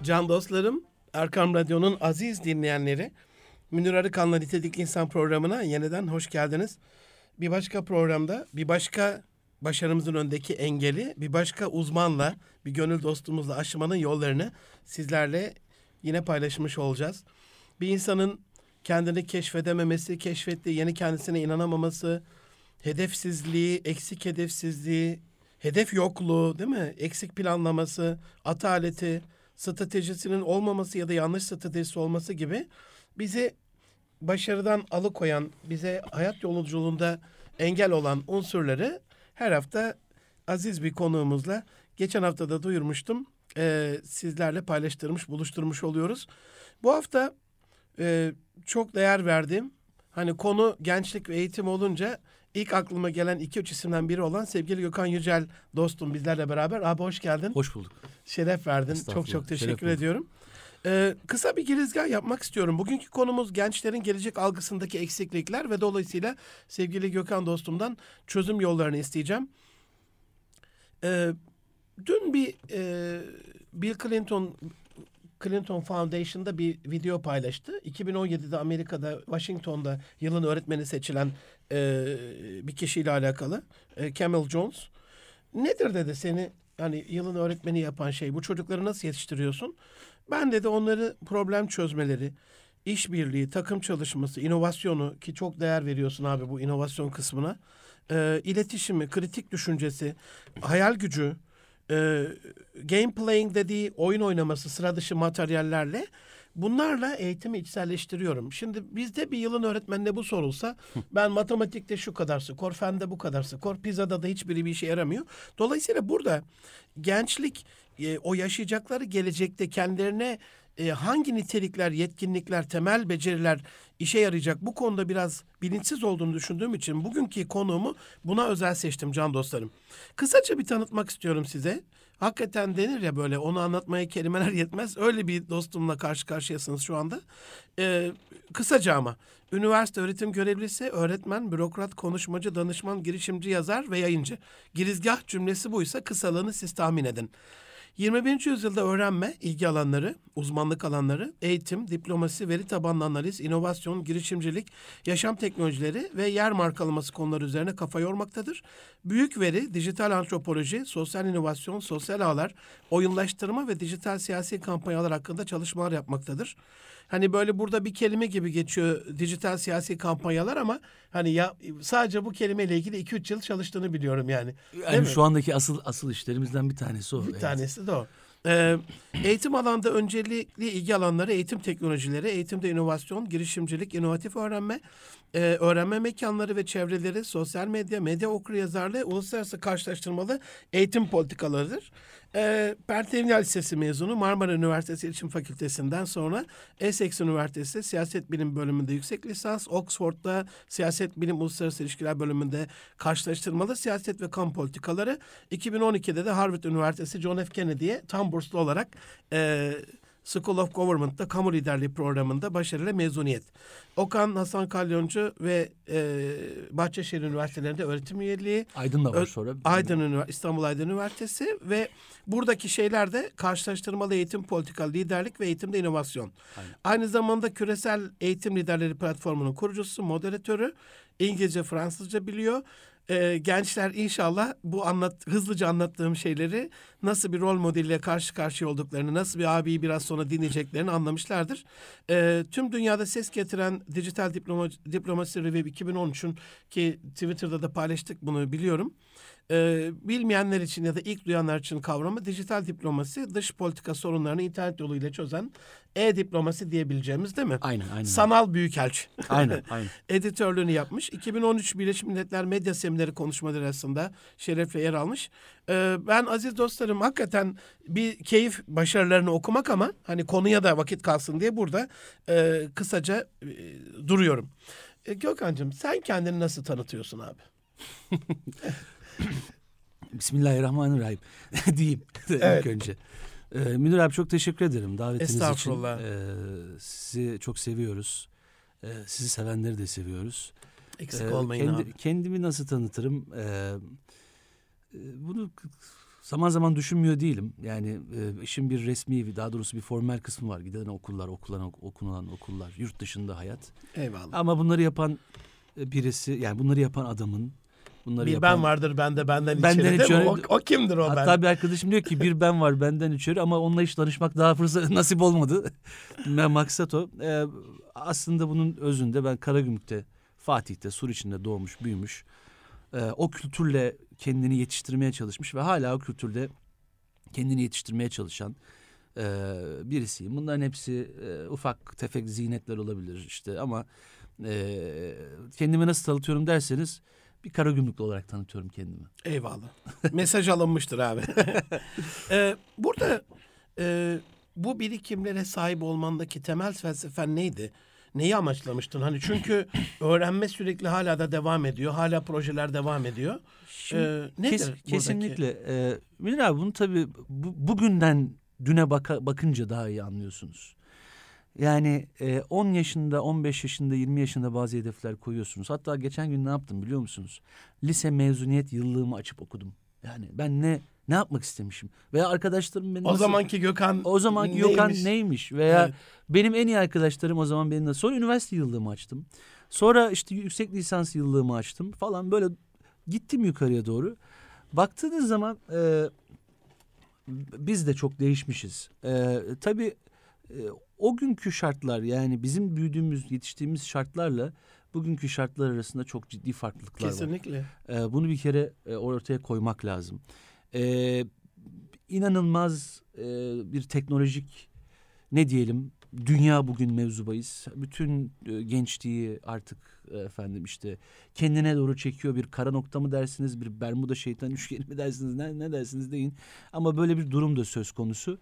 Can dostlarım, Erkam Radyo'nun aziz dinleyenleri, Münir Arıkan'la Nitelikli İnsan programına yeniden hoş geldiniz. Bir başka programda, bir başka başarımızın önündeki engeli, bir başka uzmanla, bir gönül dostumuzla aşmanın yollarını sizlerle yine paylaşmış olacağız. Bir insanın kendini keşfedememesi, keşfettiği yeni kendisine inanamaması, hedefsizliği, eksik hedefsizliği, hedef yokluğu, değil mi? Eksik planlaması, ataleti, stratejisinin olmaması ya da yanlış stratejisi olması gibi bizi başarıdan alıkoyan, bize hayat yolculuğunda engel olan unsurları her hafta aziz bir konuğumuzla, geçen hafta da duyurmuştum, sizlerle paylaştırmış, buluşturmuş oluyoruz. Bu hafta çok değer verdiğim, hani konu gençlik ve eğitim olunca ilk aklıma gelen 2-3 isimden biri olan sevgili Gökhan Yücel dostum bizlerle beraber. Abi hoş geldin. Hoş bulduk. Şeref verdin. Çok çok teşekkür ediyorum. Kısa bir girizgah yapmak istiyorum. Bugünkü konumuz gençlerin gelecek algısındaki eksiklikler ve dolayısıyla sevgili Gökhan dostumdan çözüm yollarını isteyeceğim. Dün bir Bill Clinton Foundation'da bir video paylaştı. 2017'de Amerika'da Washington'da yılın öğretmeni seçilen bir kişiyle alakalı. Camel Jones. Nedir dedi seni hani yılın öğretmeni yapan şey? Bu çocukları nasıl yetiştiriyorsun? Ben dedi onları problem çözmeleri, işbirliği, takım çalışması, inovasyonu ki çok değer veriyorsun abi bu inovasyon kısmına. İletişimi, kritik düşüncesi, hayal gücü, game playing dediği oyun oynaması sıra dışı materyallerle bunlarla eğitimi içselleştiriyorum. Şimdi bizde bir yılın öğretmenine bu sorulsa ben matematikte şu kadar skor, fende bu kadar skor, pizzada da hiçbiri bir işe yaramıyor. Dolayısıyla burada gençlik o yaşayacakları gelecekte kendilerine hangi nitelikler, yetkinlikler, temel beceriler işe yarayacak bu konuda biraz bilinçsiz olduğunu düşündüğüm için bugünkü konuğumu buna özel seçtim can dostlarım. Kısaca bir tanıtmak istiyorum size. Hakikaten denir ya böyle onu anlatmaya kelimeler yetmez. Öyle bir dostumla karşı karşıyasınız şu anda. Kısaca ama üniversite öğretim görevlisi, öğretmen, bürokrat, konuşmacı, danışman, girişimci, yazar ve yayıncı. Girizgah cümlesi buysa kısalığını siz tahmin edin. 21. yüzyılda öğrenme, ilgi alanları, uzmanlık alanları, eğitim, diplomasi, veri tabanlı analiz, inovasyon, girişimcilik, yaşam teknolojileri ve yer markalaması konuları üzerine kafa yormaktadır. Büyük veri, dijital antropoloji, sosyal inovasyon, sosyal ağlar, oyunlaştırma ve dijital siyasi kampanyalar hakkında çalışmalar yapmaktadır. Hani böyle burada bir kelime gibi geçiyor dijital siyasi kampanyalar ama hani ya sadece bu kelimeyle ilgili 2-3 yıl çalıştığını biliyorum yani. Yani şu andaki asıl işlerimizden bir tanesi o. Bir tanesi de o. Eğitim alanda öncelikli ilgi alanları eğitim teknolojileri, eğitimde inovasyon, girişimcilik, inovatif öğrenme, öğrenme mekanları ve çevreleri, sosyal medya, medya okuryazarlığı, uluslararası karşılaştırmalı eğitim politikalarıdır. Pertevniyal Lisesi mezunu, Marmara Üniversitesi İletişim Fakültesinden sonra Essex Üniversitesi Siyaset Bilim bölümünde yüksek lisans, Oxford'da Siyaset Bilim Uluslararası İlişkiler bölümünde karşılaştırmalı siyaset ve kamu politikaları, 2012'de de Harvard Üniversitesi John F. Kennedy'ye tam burslu olarak School of Government'ta kamu liderliği programında başarıyla mezuniyet. Okan Hasan Kalyoncu ve Bahçeşehir Üniversitelerinde öğretim üyeliği. Aydın'da var sonra. İstanbul Aydın Üniversitesi ve buradaki şeyler de karşılaştırmalı eğitim politikal liderlik ve eğitimde inovasyon. Aynen. Aynı zamanda Küresel Eğitim Liderleri Platformu'nun kurucusu, moderatörü, İngilizce, Fransızca biliyor. Gençler inşallah bu hızlıca anlattığım şeyleri nasıl bir rol modeliyle karşı karşıya olduklarını, nasıl bir abiyi biraz sonra dinleyeceklerini anlamışlardır. Tüm dünyada ses getiren Dijital Diplomasi Review 2013'ün ki Twitter'da da paylaştık bunu biliyorum. Bilmeyenler için ya da ilk duyanlar için kavramı dijital diplomasi, dış politika sorunlarını internet yoluyla çözen e-diplomasi diyebileceğimiz değil mi? Aynen. Sanal büyükelçi. Aynen. Editörlüğünü yapmış. 2013 Birleşmiş Milletler Medya Semineri konuşmaları arasında şerefle yer almış. Ben aziz dostlarım hakikaten bir keyif başarılarını okumak ama hani konuya da vakit kalsın diye burada kısaca duruyorum. Gökhan'cığım sen kendini nasıl tanıtıyorsun abi? Bismillahirrahmanirrahim diyeyim Evet. ilk önce. Münir abi çok teşekkür ederim davetiniz için. Estağfurullah. Sizi çok seviyoruz. Sizi sevenleri de seviyoruz. Eksik olmayın abi. Kendimi nasıl tanıtırım? Bunu Zaman zaman düşünmüyor değilim. Yani işin bir resmi, daha doğrusu bir formal kısmı var. Gidilen okullar, okunulan okullar, yurt dışında hayat. Eyvallah. Ama bunları yapan birisi, yani bunları yapan adamın, bunları Bir yapan... ben vardır benden Benden içeri değil mi? içeri- O kimdir o Hatta ben? bir arkadaşım diyor ki bir ben var benden içeri, ama onunla hiç danışmak daha fırsat nasip olmadı. Maksat o. Aslında bunun özünde ben Karagümrük'te, Fatih'te, Sur içinde doğmuş, büyümüş. O kültürle kendini yetiştirmeye çalışmış ve hala o kültürde kendini yetiştirmeye çalışan birisiyim. Bunların hepsi ufak tefek ziynetler olabilir işte, ama kendimi nasıl tanıtıyorum derseniz bir Karagümrüklü olarak tanıtıyorum kendimi. Eyvallah. Mesaj alınmıştır abi. Burada bu birikimlere sahip olmandaki temel felsefen neydi? Neyi amaçlamıştın? Hani çünkü öğrenme sürekli hala da devam ediyor. Hala projeler devam ediyor. Nedir buradaki? Kesinlikle. Münir abi, bunu tabii bugünden düne bakınca daha iyi anlıyorsunuz. Yani 10 yaşında, 15 yaşında, 20 yaşında bazı hedefler koyuyorsunuz. Hatta geçen gün ne yaptım biliyor musunuz? Lise mezuniyet yıllığımı açıp okudum. Yani ben ne yapmak istemişim? Veya arkadaşlarım beni O nasıl... zamanki Gökhan O zamanki neymiş? Gökhan neymiş? Veya Evet. benim en iyi arkadaşlarım o zaman benim nasıl... Sonra üniversite yıllığımı açtım. Sonra işte yüksek lisans yıllığımı açtım falan, böyle gittim yukarıya doğru. Baktığınız zaman biz de çok değişmişiz. Tabii o günkü şartlar, yani bizim büyüdüğümüz, yetiştiğimiz şartlarla bugünkü şartlar arasında çok ciddi farklılıklar var. Kesinlikle. Bunu bir kere ortaya koymak lazım. İnanılmaz bir teknolojik, ne diyelim, dünya bugün mevzu bahis. Bütün gençliği artık efendim işte kendine doğru çekiyor. Bir kara nokta mı dersiniz, bir Bermuda şeytan üçgeni mi dersiniz, ne dersiniz deyin. Ama böyle bir durum da söz konusu.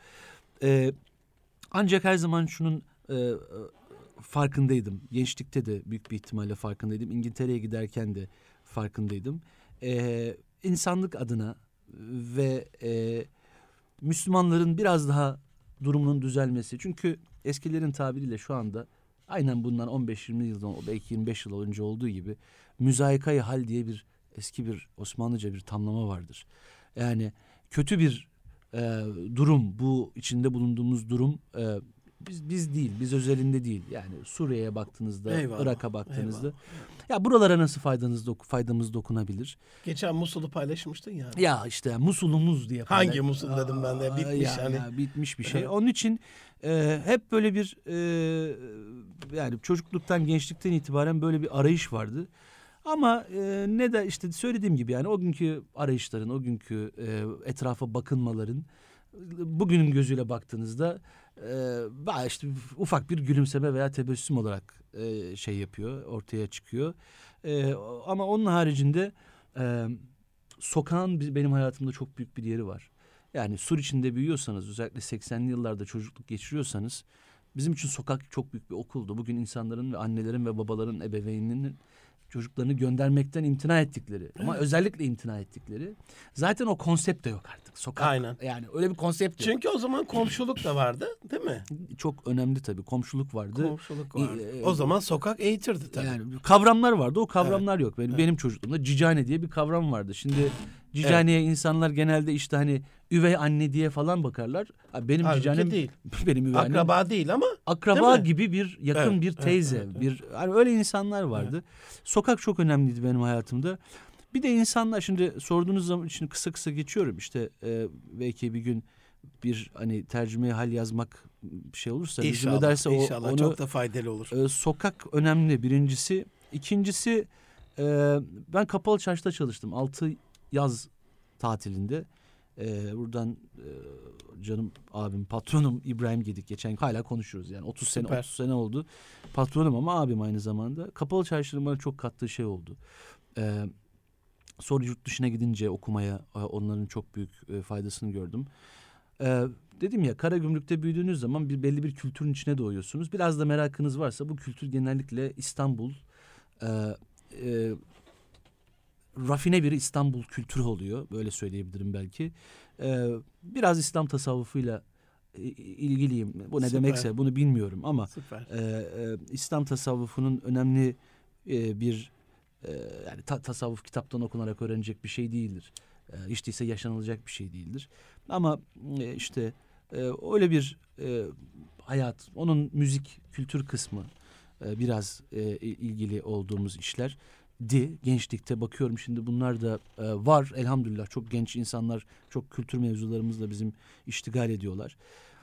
Ancak her zaman şunun farkındaydım. Gençlikte de büyük bir ihtimalle farkındaydım. İngiltere'ye giderken de farkındaydım. İnsanlık adına ve Müslümanların biraz daha durumunun düzelmesi. Çünkü eskilerin tabiriyle şu anda aynen bundan 15-20 yıl, belki 25 yıl önce olduğu gibi müzayekayı hal diye bir eski bir Osmanlıca bir tamlama vardır. Yani kötü bir durum, bu içinde bulunduğumuz durum biz değil, biz özelinde değil. Yani Suriye'ye baktığınızda, Eyvallah, Irak'a baktığınızda, eyvallah. ya buralara nasıl faydamız dokunabilir? Geçen Musul'u paylaşmıştın ya. Ya işte Musul'umuz diye. Hangi Musul dedim ben de. Bitmiş hani. Bitmiş bir şey. Onun için hep böyle bir yani çocukluktan, gençlikten itibaren böyle bir arayış vardı. Ama ne de işte söylediğim gibi, yani o günkü arayışların, o günkü etrafa bakınmaların bugünün gözüyle baktığınızda işte ufak bir gülümseme veya tebessüm olarak şey yapıyor, ortaya çıkıyor. Ama onun haricinde sokağın benim hayatımda çok büyük bir yeri var. Yani Sur içinde büyüyorsanız, özellikle 80'li yıllarda çocukluk geçiriyorsanız, bizim için sokak çok büyük bir okuldu. Bugün insanların ve annelerin ve babaların, ebeveynlerinin çocuklarını göndermekten imtina ettikleri, ama özellikle imtina ettikleri, zaten o konsept de yok artık. Sokak. Aynen. Yani öyle bir konsept yok. Çünkü o zaman komşuluk da vardı, değil mi? Çok önemli tabii. Komşuluk vardı. Komşuluk vardı. O zaman sokak eğitirdi tabii. Yani kavramlar vardı. O kavramlar yok. Benim çocukluğumda cicane diye bir kavram vardı. Şimdi cicaneye insanlar genelde işte hani üvey anne diye falan bakarlar. Benim Halbuki cicanem değil. benim üvey annem. Akraba değil ama Akraba değil mi? gibi bir yakın Evet, bir teyze, bir hani öyle insanlar vardı. Sokak çok önemliydi benim hayatımda. Bir de insanlar, şimdi sorduğunuz zaman şimdi kısa kısa geçiyorum. İşte belki bir gün bir hani tercümeye hal yazmak bir şey olursa, lüzum İnşallah, ederse inşallah onu, çok da faydalı olur. sokak önemli birincisi. İkincisi, ben Kapalı Çarşı'da çalıştım 6 yaz tatilinde. Buradan canım abim, patronum İbrahim Gedik, geçen hala konuşuyoruz, yani 30 Süper. sene oldu. Patronum ama abim aynı zamanda. Kapalı Çarşı'nın bana çok kattığı şey oldu. Sonra yurt dışına gidince okumaya, onların çok büyük faydasını gördüm. Dedim ya, Karagümrük'te büyüdüğünüz zaman belli bir kültürün içine doğuyorsunuz. Biraz da merakınız varsa bu kültür genellikle İstanbul, rafine bir İstanbul kültürü oluyor. Böyle söyleyebilirim belki. Biraz İslam tasavvufuyla ilgiliyim. Bu ne Süper. demekse bunu bilmiyorum ama Süper. İslam tasavvufunun önemli bir yani tasavvuf kitaptan okunarak öğrenecek bir şey değildir. Hiç değilse yaşanılacak bir şey değildir. Ama işte öyle bir hayat, onun müzik, kültür kısmı biraz ilgili olduğumuz işler. Gençlikte bakıyorum şimdi bunlar da var elhamdülillah, çok genç insanlar çok kültür mevzularımızla bizim iştigal ediyorlar.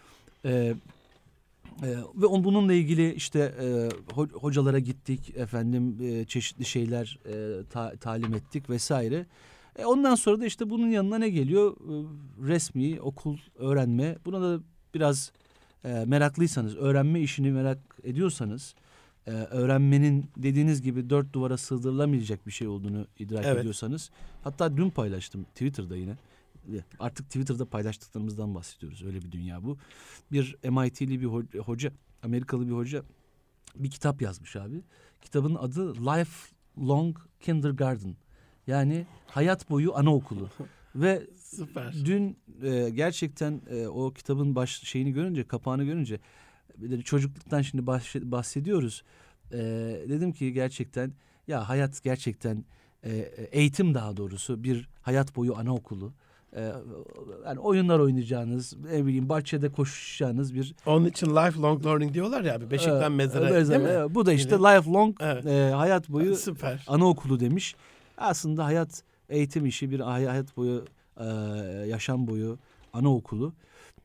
Ve bununla ilgili işte hocalara gittik efendim, çeşitli şeyler talim ettik vesaire. Ondan sonra da işte bunun yanına ne geliyor? Resmi okul öğrenme. Buna da biraz meraklıysanız, öğrenme işini merak ediyorsanız, öğrenmenin dediğiniz gibi dört duvara sığdırılamayacak bir şey olduğunu idrak ediyorsanız, hatta dün paylaştım Twitter'da yine. Artık Twitter'da paylaştıklarımızdan bahsediyoruz. Öyle bir dünya bu. Bir MIT'li bir hoca, Amerikalı bir hoca bir kitap yazmış abi. Kitabın adı Lifelong Kindergarten. Yani hayat boyu anaokulu. Ve Süper. dün gerçekten o kitabın şeyini görünce, kapağını görünce, çocukluktan şimdi bahsediyoruz. Dedim ki gerçekten ya hayat gerçekten eğitim, daha doğrusu bir hayat boyu anaokulu. Yani oyunlar oynayacağınız, ne bileyim bahçede koşacağınız bir... Onun için lifelong learning diyorlar ya abi. Beşikten mezara, değil mi? Bu da işte lifelong, hayat boyu Süper. anaokulu demiş. Aslında hayat eğitim işi, bir hayat boyu, yaşam boyu anaokulu.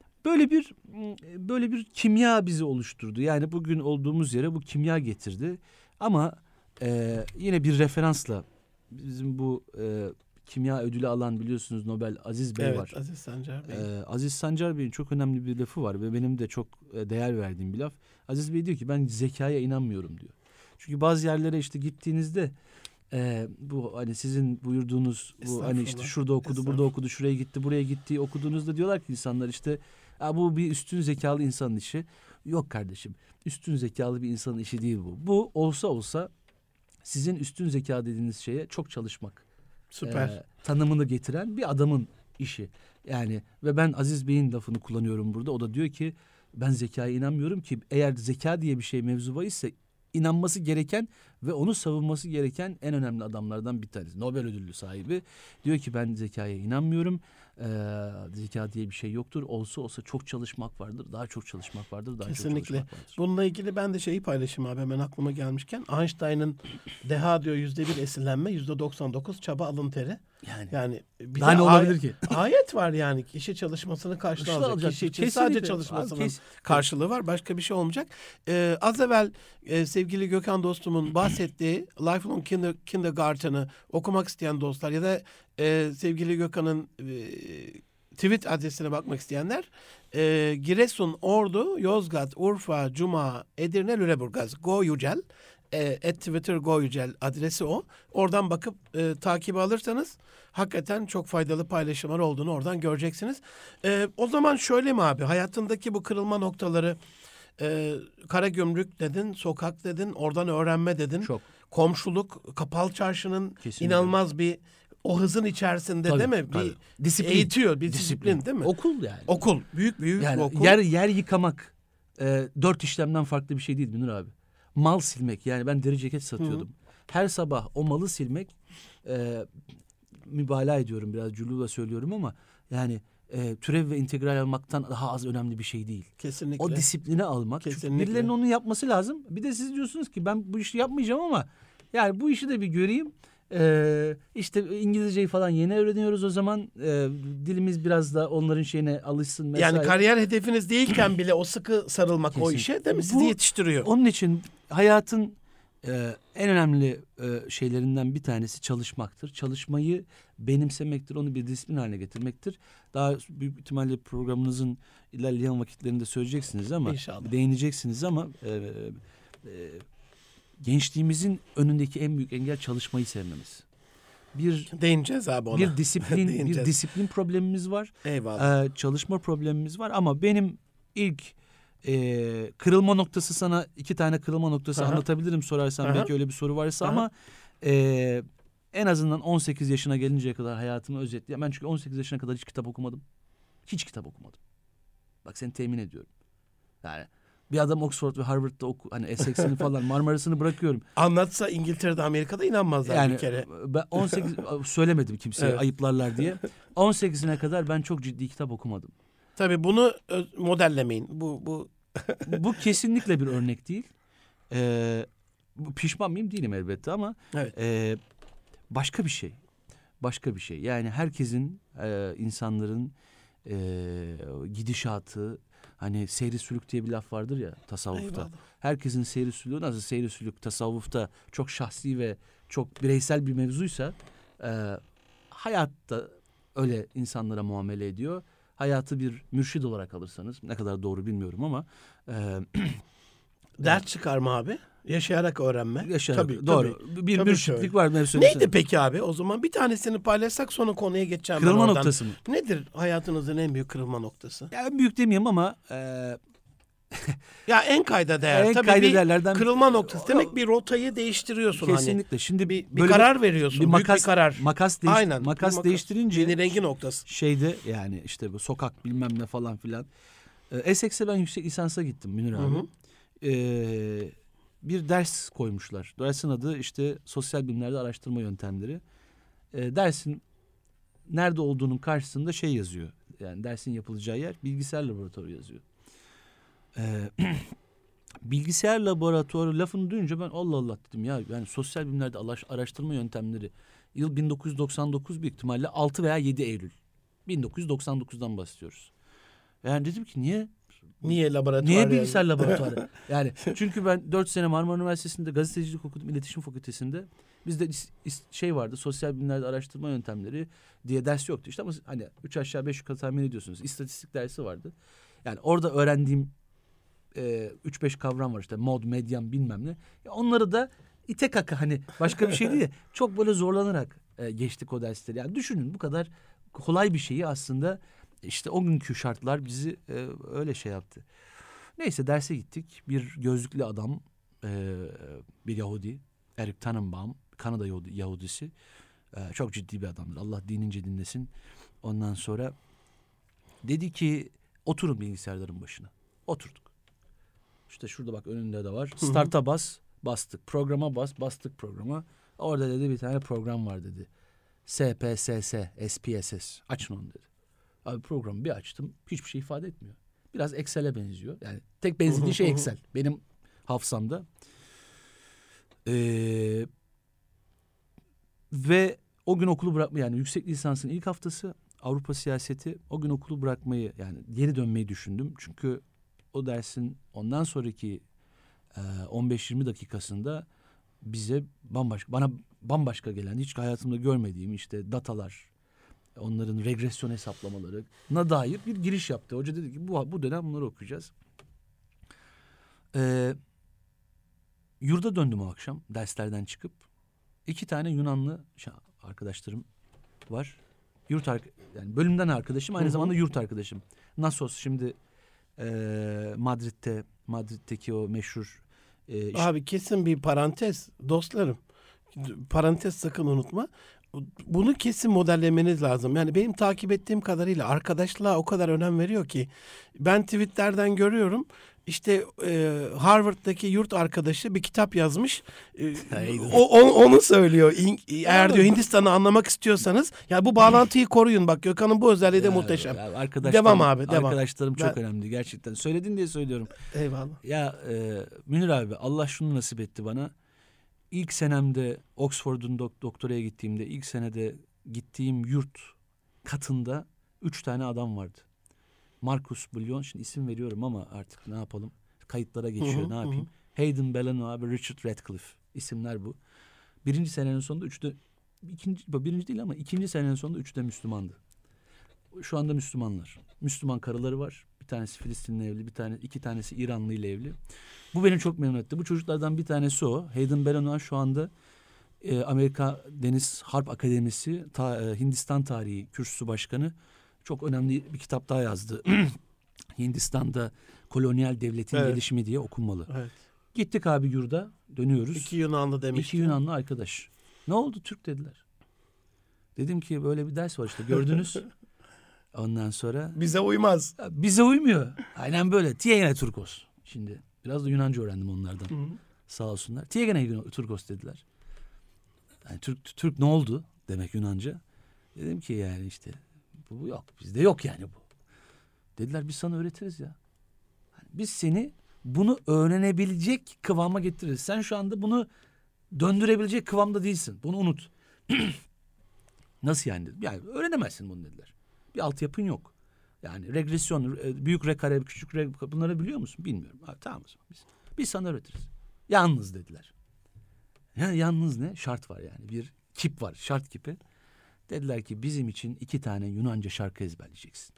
Böyle bir kimya bizi oluşturdu. Yani bugün olduğumuz yere bu kimya getirdi. Ama yine bir referansla bizim bu kimya ödülü alan, biliyorsunuz, Nobel Aziz Bey var. Evet, Aziz Sancar Bey. Aziz Sancar Bey'in çok önemli bir lafı var ve benim de çok değer verdiğim bir laf. Aziz Bey diyor ki ben zekaya inanmıyorum diyor. Çünkü bazı yerlere işte gittiğinizde bu hani sizin buyurduğunuz bu hani işte şurada okudu, burada okudu, şuraya gitti, buraya gitti okuduğunuzda diyorlar ki insanlar işte bu bir üstün zekalı insanın işi. Yok kardeşim, üstün zekalı bir insanın işi değil bu. Bu olsa sizin üstün zeka dediğiniz şeye çok çalışmak. Süper. Tanımını getiren bir adamın işi. Yani ve ben Aziz Bey'in lafını kullanıyorum burada. O da diyor ki ben zekaya inanmıyorum ki, eğer zeka diye bir şey mevzu bahisse inanması gereken ve onu savunması gereken en önemli adamlardan bir tanesi. Nobel ödüllü sahibi. Diyor ki ben zekaya inanmıyorum. Zeka diye bir şey yoktur. Olsa çok çalışmak vardır. Daha çok çalışmak vardır. Daha Kesinlikle. çok çalışmak vardır. Bununla ilgili ben de şeyi paylaşayım abi, hemen aklıma gelmişken. Einstein'ın deha diyor %1 esinlenme, %99 çaba alın teri. Yani bir daha de ne olabilir ki? Ayet var yani. Kişi çalışmasını karşılığını alacak. Kişi için sadece çalışmasının karşılığı var. Başka bir şey olmayacak. Az evvel sevgili Gökhan dostumun bahsettiği Lifelong Kindergarten'ı okumak isteyen dostlar ya da sevgili Gökhan'ın tweet adresine bakmak isteyenler Giresun, Ordu, Yozgat, Urfa, Cuma, Edirne, Lüleburgaz, Go Yücel @Twitter Go Yücel adresi o. Oradan bakıp takibi alırsanız hakikaten çok faydalı paylaşımlar olduğunu oradan göreceksiniz. O zaman şöyle mi abi, hayatındaki bu kırılma noktaları, Karagümrük dedin, sokak dedin, oradan öğrenme dedin. Çok. Komşuluk, Kapalı Çarşı'nın Kesinlikle. inanılmaz bir o hızın içerisinde, Tabii, değil mi? tabii. Bir Disiplin. eğitiyor, bir disiplin değil mi? Okul yani. Okul, büyük Yani bir okul. yer yıkamak 4 işlemden farklı bir şey değil Münir abi. Mal silmek, yani ben deri ceket satıyordum. Her sabah o malı silmek, mübalağa ediyorum biraz, cülüyle söylüyorum ama yani türev ve integral almaktan daha az önemli bir şey değil. Kesinlikle. O disiplini almak. Kesinlikle. Çünkü birilerinin onu yapması lazım. Bir de siz diyorsunuz ki ben bu işi yapmayacağım ama yani bu işi de bir göreyim. İşte İngilizceyi falan yeni öğreniyoruz o zaman. Dilimiz biraz da onların şeyine alışsın mesela. Yani kariyer hedefiniz değilken bile o sıkı sarılmak o işe, değil mi? Sizi yetiştiriyor. Onun için hayatın en önemli şeylerinden bir tanesi çalışmaktır. Çalışmayı benimsemektir. Onu bir disiplin haline getirmektir. Daha büyük ihtimalle programınızın ilerleyen vakitlerinde söyleyeceksiniz ama İnşallah. değineceksiniz ama gençliğimizin önündeki en büyük engel çalışmayı sevmemiz. Değineceğiz abi ona. Bir disiplin problemimiz var. Eyvallah. Çalışma problemimiz var ama benim ilk kırılma noktası, sana 2 tane kırılma noktası anlatabilirim sorarsan, belki öyle bir soru varsa ama en azından 18 yaşına gelinceye kadar hayatımı özetleyeyim. Ben çünkü 18 yaşına kadar hiç kitap okumadım. Hiç kitap okumadım. Bak seni temin ediyorum. Yani Bir adam Oxford ve Harvard'da hani Essex'ini falan Marmara'sını bırakıyorum. Anlatsa İngiltere'de, Amerika'da inanmazlar Yani bir kere. ben 18 söylemedim kimseye Evet. ayıplarlar diye. 18'ine kadar ben çok ciddi kitap okumadım. Tabii bunu modellemeyin. Bu Bu kesinlikle bir örnek değil. Pişman mıyım? Değilim elbette ama evet. başka bir şey. Başka bir şey. Yani herkesin, insanların gidişatı, hani seyri sülük diye bir laf vardır ya tasavvufta. Eyvallah. Herkesin seyri sülüğü nasıl seyri sülük tasavvufta çok şahsi ve çok bireysel bir mevzuysa hayatta öyle insanlara muamele ediyor. Hayatı bir mürşid olarak alırsanız, ne kadar doğru bilmiyorum ama Ders çıkarma abi. Yaşayarak öğrenme. yaşayarak, Tabii, doğru. tabii. Bir Tabii mürşitlik şöyle. var mevzusunda. Neydi peki abi? O zaman bir tanesini paylaşsak sonra konuya geçeceğim ben Kırılma oradan. noktası mı? Nedir hayatınızın en büyük kırılma noktası? Ya en büyük demeyeyim ama Ya en kayda değer. en Tabii kayda bir değerlerden kırılma noktası. Demek bir rotayı değiştiriyorsun kesinlikle. hani. Şimdi Bir böyle karar veriyorsun. Büyük bir karar. Aynen. Makas değiştirince Yeni rengi noktası. şeyde yani işte bu sokak bilmem ne falan filan. Essex'e ben yüksek lisansa gittim Münir abi. Hı hı. Bir ders koymuşlar. Dersin adı işte sosyal bilimlerde araştırma yöntemleri. Dersin nerede olduğunun karşısında şey yazıyor. Yani dersin yapılacağı yer bilgisayar laboratuvarı yazıyor. Bilgisayar laboratuvarı lafını duyunca ben Allah Allah dedim ya. Yani sosyal bilimlerde araştırma yöntemleri. Yıl 1999 büyük ihtimalle 6 veya 7 Eylül. 1999'dan bahsediyoruz. Yani dedim ki Niye laboratuvar? niye yani? bilgisayar laboratuvarı? Yani çünkü ben 4 sene Marmara Üniversitesi'nde gazetecilik okudum, iletişim fakültesinde. Bizde şey vardı, sosyal bilimlerde araştırma yöntemleri diye ders yoktu. İşte ama hani 3 aşağı 5 yukarı tahmin ediyorsunuz. İstatistik dersi vardı. Yani orada öğrendiğim 3-5 kavram var işte mod, medyan bilmem ne. Ya onları da ite kaka hani başka bir şey değil. Çok böyle zorlanarak geçtik o dersleri. Yani düşünün bu kadar kolay bir şeyi aslında işte o günkü şartlar bizi öyle şey yaptı. Neyse derse gittik. Bir gözlüklü adam, bir Yahudi, Eric Tannenbaum, Kanada Yahudisi. Çok ciddi bir adamdır. Allah dinince dinlesin. Ondan sonra dedi ki oturun bilgisayarların başına. Oturduk. İşte şurada bak önünde de var. Start'a bas, bastık. Programa bas, bastık programa. Orada dedi bir tane program var dedi. SPSS, SPSS. Açın onu dedi. Abi programı bir açtım. Hiçbir şey ifade etmiyor. Biraz Excel'e benziyor. Yani tek benzediği şey Excel. Benim hafızamda. Ve o gün okulu bırakma yani yüksek lisansın ilk haftası Avrupa siyaseti o gün okulu bırakmayı yani geri dönmeyi düşündüm. Çünkü o dersin ondan sonraki 15-20 dakikasında bana bambaşka gelen hiç hayatımda görmediğim işte datalar, onların regresyon hesaplamalarına dair bir giriş yaptı. Hoca dedi ki bu dönem bunları okuyacağız. Yurda döndüm o akşam derslerden çıkıp. 2 tane Yunanlı arkadaşlarım var. Yani bölümden arkadaşım aynı zamanda yurt arkadaşım. Nasos şimdi Madrid'deki o meşhur Abi kesin bir parantez dostlarım. Parantez sakın unutma. Bunu kesin modellemeniz lazım. Yani benim takip ettiğim kadarıyla arkadaşlığa o kadar önem veriyor ki ben tweetlerden görüyorum. İşte Harvard'daki yurt arkadaşı bir kitap yazmış. Onu söylüyor. Eğer diyor Hindistan'ı anlamak istiyorsanız ya bu bağlantıyı koruyun. Bak Gökhan'ın bu özelliği de muhteşem. Devam abi, devam. Arkadaşlarım çok önemli gerçekten. Söyledin diye söylüyorum. Eyvallah. Ya Münir abi Allah şunu nasip etti bana. İlk senemde Oxford'un doktoraya gittiğimde ilk senede gittiğim yurt katında 3 tane adam vardı. Marcus Bullion, şimdi isim veriyorum ama artık ne yapalım? Kayıtlara geçiyor, ne yapayım? Hayden Bellano abi, Richard Radcliffe isimler bu. Birinci senenin sonunda birinci değil ama ikinci senenin sonunda 3 de Müslümandı. Şu anda Müslümanlar. Müslüman karıları var. Bir tanesi Filistinli evli, iki tanesi İranlı ile evli. Bu beni çok memnun etti. Bu çocuklardan bir tanesi o. Hayden Bellano şu anda Amerika Deniz Harp Akademisi Hindistan Tarihi Kürsüsü Başkanı. Çok önemli bir kitap daha yazdı. Hindistan'da kolonyal devletin gelişimi diye okunmalı. Evet. Gittik abi yurda, dönüyoruz. 2 Yunanlı demişti. 2 Yunanlı arkadaş. Ne oldu Türk dediler. Dedim ki böyle bir ders var işte gördünüz. Ondan sonra. Bize uymaz. Bize uymuyor. Aynen böyle. Tiene Turkos. Şimdi Biraz da Yunanca öğrendim onlardan. Hı. Sağ olsunlar. Tiegene Turgos dediler. Yani Türk ne oldu demek Yunanca. Dedim ki yani işte bu yok. Bizde yok yani bu. Dediler biz sana öğretiriz ya. Yani biz seni bunu öğrenebilecek kıvama getiririz. Sen şu anda bunu döndürebilecek kıvamda değilsin. Bunu unut. Nasıl yani dedim. Yani öğrenemezsin bunu dediler. Bir altyapın yok. Yani regresyon, büyük R kare, küçük R bunları biliyor musun? Bilmiyorum. Ha, tamam o zaman biz sana öğretiriz. Yalnız dediler. Yani yalnız ne? Şart var yani. Bir kip var. Şart kipi. Dediler ki bizim için 2 tane Yunanca şarkı ezberleyeceksin.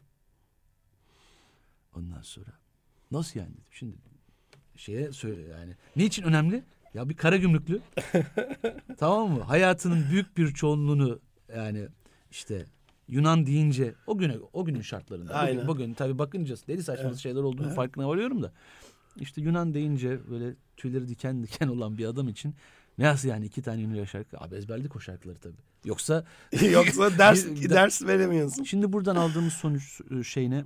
Ondan sonra nasıl yani dedim. Şimdi şeye söyle yani. Niçin önemli? Ya bir Karagümrüklü tamam mı? Hayatının büyük bir çoğunluğunu yani işte Yunan deyince o günün şartlarında. Aynen. Bugün tabii bakınca deli saçma şeyler olduğunu farkına varıyorum da. İşte Yunan deyince böyle tüyleri diken diken olan bir adam için nasıl yani 2 tane Yunanca şarkı? Abi ezberledik o şarkıları tabii. Yoksa ders veremiyorsun. Şimdi buradan aldığımız sonuç şeyine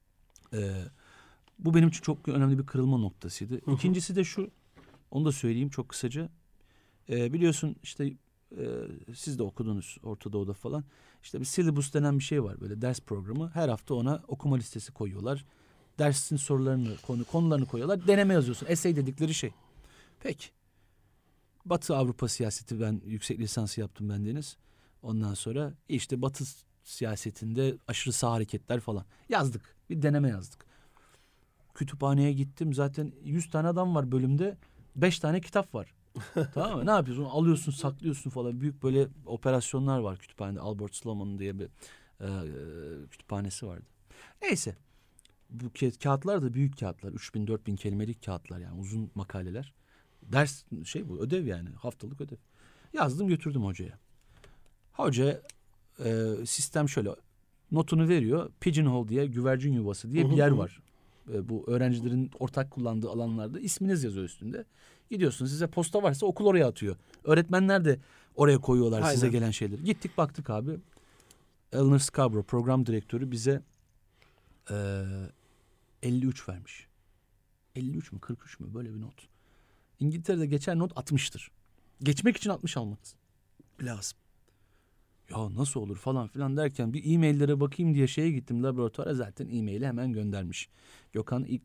bu benim için çok önemli bir kırılma noktasıydı. İkincisi de şu, onu da söyleyeyim çok kısaca. Biliyorsun işte siz de okudunuz Orta Doğu'da falan. İşte bir syllabus denen bir şey var böyle ders programı. Her hafta ona okuma listesi koyuyorlar. Dersin sorularını, konularını koyuyorlar. Deneme yazıyorsun. Essay dedikleri şey. Peki. Batı Avrupa siyaseti ben yüksek lisansı yaptım bendeniz. Ondan sonra işte Batı siyasetinde aşırı sağ hareketler falan. Yazdık. Bir deneme yazdık. Kütüphaneye gittim. Zaten 100 tane adam var bölümde. 5 tane kitap var. Tamam mı? Ne yapıyorsun? Alıyorsun, saklıyorsun falan. Büyük böyle operasyonlar var kütüphanede. Albert Sloman diye bir kütüphanesi vardı. Neyse. Bu kağıtlar da büyük kağıtlar. 3000-4000 kelimelik kağıtlar yani uzun makaleler. Ders bu ödev yani haftalık ödev. Yazdım götürdüm hocaya. Hoca sistem şöyle notunu veriyor. Pigeonhole diye güvercin yuvası diye bir yer var. Bu öğrencilerin ortak kullandığı alanlarda isminiz yazıyor üstünde. Gidiyorsun size posta varsa okul oraya atıyor. Öğretmenler de oraya koyuyorlar Aynen. size gelen şeyleri. Gittik baktık abi. Eleanor Scarborough program direktörü bize 53 vermiş. 53 mü 43 mü böyle bir not. İngiltere'de geçen not 60'tır. Geçmek için 60 almanız lazım. Ya nasıl olur falan filan derken bir e-maillere bakayım diye şeye gittim laboratuvara zaten e-maili hemen göndermiş. Gökhan ilk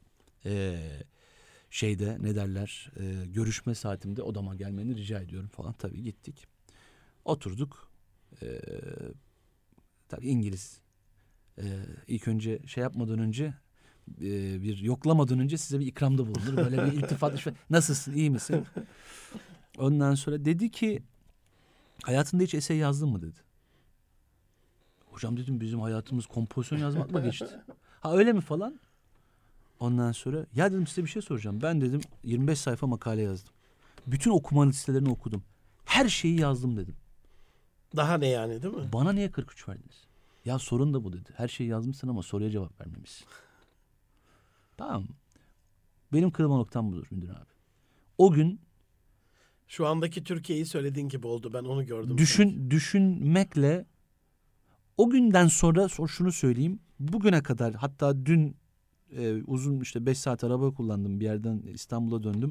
ne derler görüşme saatimde odama gelmeni rica ediyorum falan tabii gittik. Oturduk. Tabii İngiliz. İlk önce yapmadan önce bir yoklamadan önce size bir ikramda bulunur. Böyle bir iltifat. Nasılsın, iyi misin? Ondan sonra dedi ki hayatında hiç essay yazdın mı dedi. Hocam dedim bizim hayatımız kompozisyon yazmakla geçti. Ha öyle mi falan? Ondan sonra ya dedim size bir şey soracağım. Ben dedim 25 sayfa makale yazdım. Bütün okuma listelerini okudum. Her şeyi yazdım dedim. Daha ne yani değil mi? Bana niye 43 verdiniz? Ya sorun da bu dedi. Her şeyi yazmışsın ama soruya cevap vermemişsin. Tamam. Benim kırılma noktam budur müdür abi. O gün Şu andaki Türkiye'yi söylediğin gibi oldu. Ben onu gördüm. düşünmekle o günden sonra şunu söyleyeyim. Bugüne kadar hatta dün uzun 5 saat araba kullandım. Bir yerden İstanbul'a döndüm.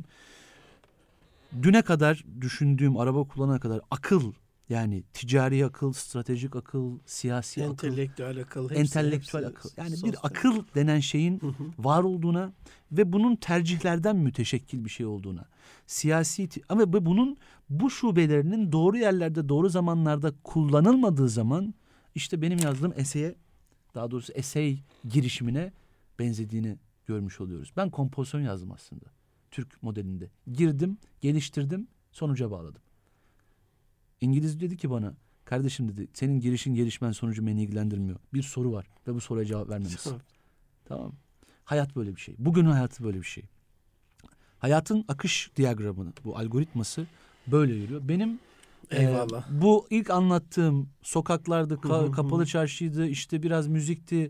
Düne kadar düşündüğüm araba kullanana kadar akıl yani ticari akıl, stratejik akıl, siyasi entelektüel akıl. Entelektüel akıl. Yani bir akıl denen şeyin var olduğuna ve bunun tercihlerden müteşekkil bir şey olduğuna. Siyasi ama bu şubelerinin doğru yerlerde, doğru zamanlarda kullanılmadığı zaman işte benim yazdığım daha doğrusu essay girişimine benzediğini görmüş oluyoruz. Ben kompozisyon yazdım aslında. Türk modelinde. Girdim, geliştirdim, sonuca bağladım. İngiliz dedi ki bana, kardeşim dedi, senin gelişmen sonucu beni ilgilendirmiyor. Bir soru var ve bu soruya cevap vermelisin. Tamam. Hayat böyle bir şey. Bugünün hayatı böyle bir şey. Hayatın akış diyagramını, bu algoritması böyle yürüyor. Benim bu ilk anlattığım sokaklarda kapalı çarşıydı, işte biraz müzikti,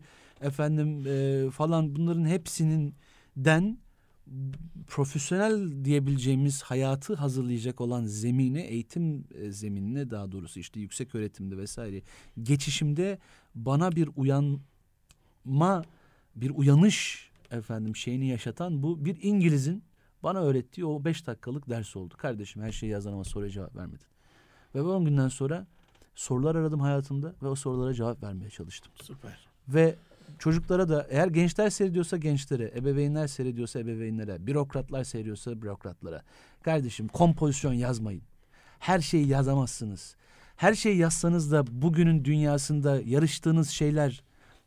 falan bunların hepsinden profesyonel diyebileceğimiz hayatı hazırlayacak olan zemine, eğitim zeminine daha doğrusu işte yüksek öğretimde vesaire geçişimde bana bir uyanış şeyini yaşatan bu bir İngiliz'in bana öğrettiği o 5 dakikalık ders oldu. Kardeşim her şeyi yazan ama soruya cevap vermedin. Ve ben 10 günden sonra sorular aradım hayatımda ve o sorulara cevap vermeye çalıştım. Süper. Ve çocuklara da, eğer gençler seyrediyorsa gençlere, ebeveynler seyrediyorsa ebeveynlere, bürokratlar seyrediyorsa bürokratlara. Kardeşim kompozisyon yazmayın. Her şeyi yazamazsınız. Her şeyi yazsanız da bugünün dünyasında yarıştığınız şeyler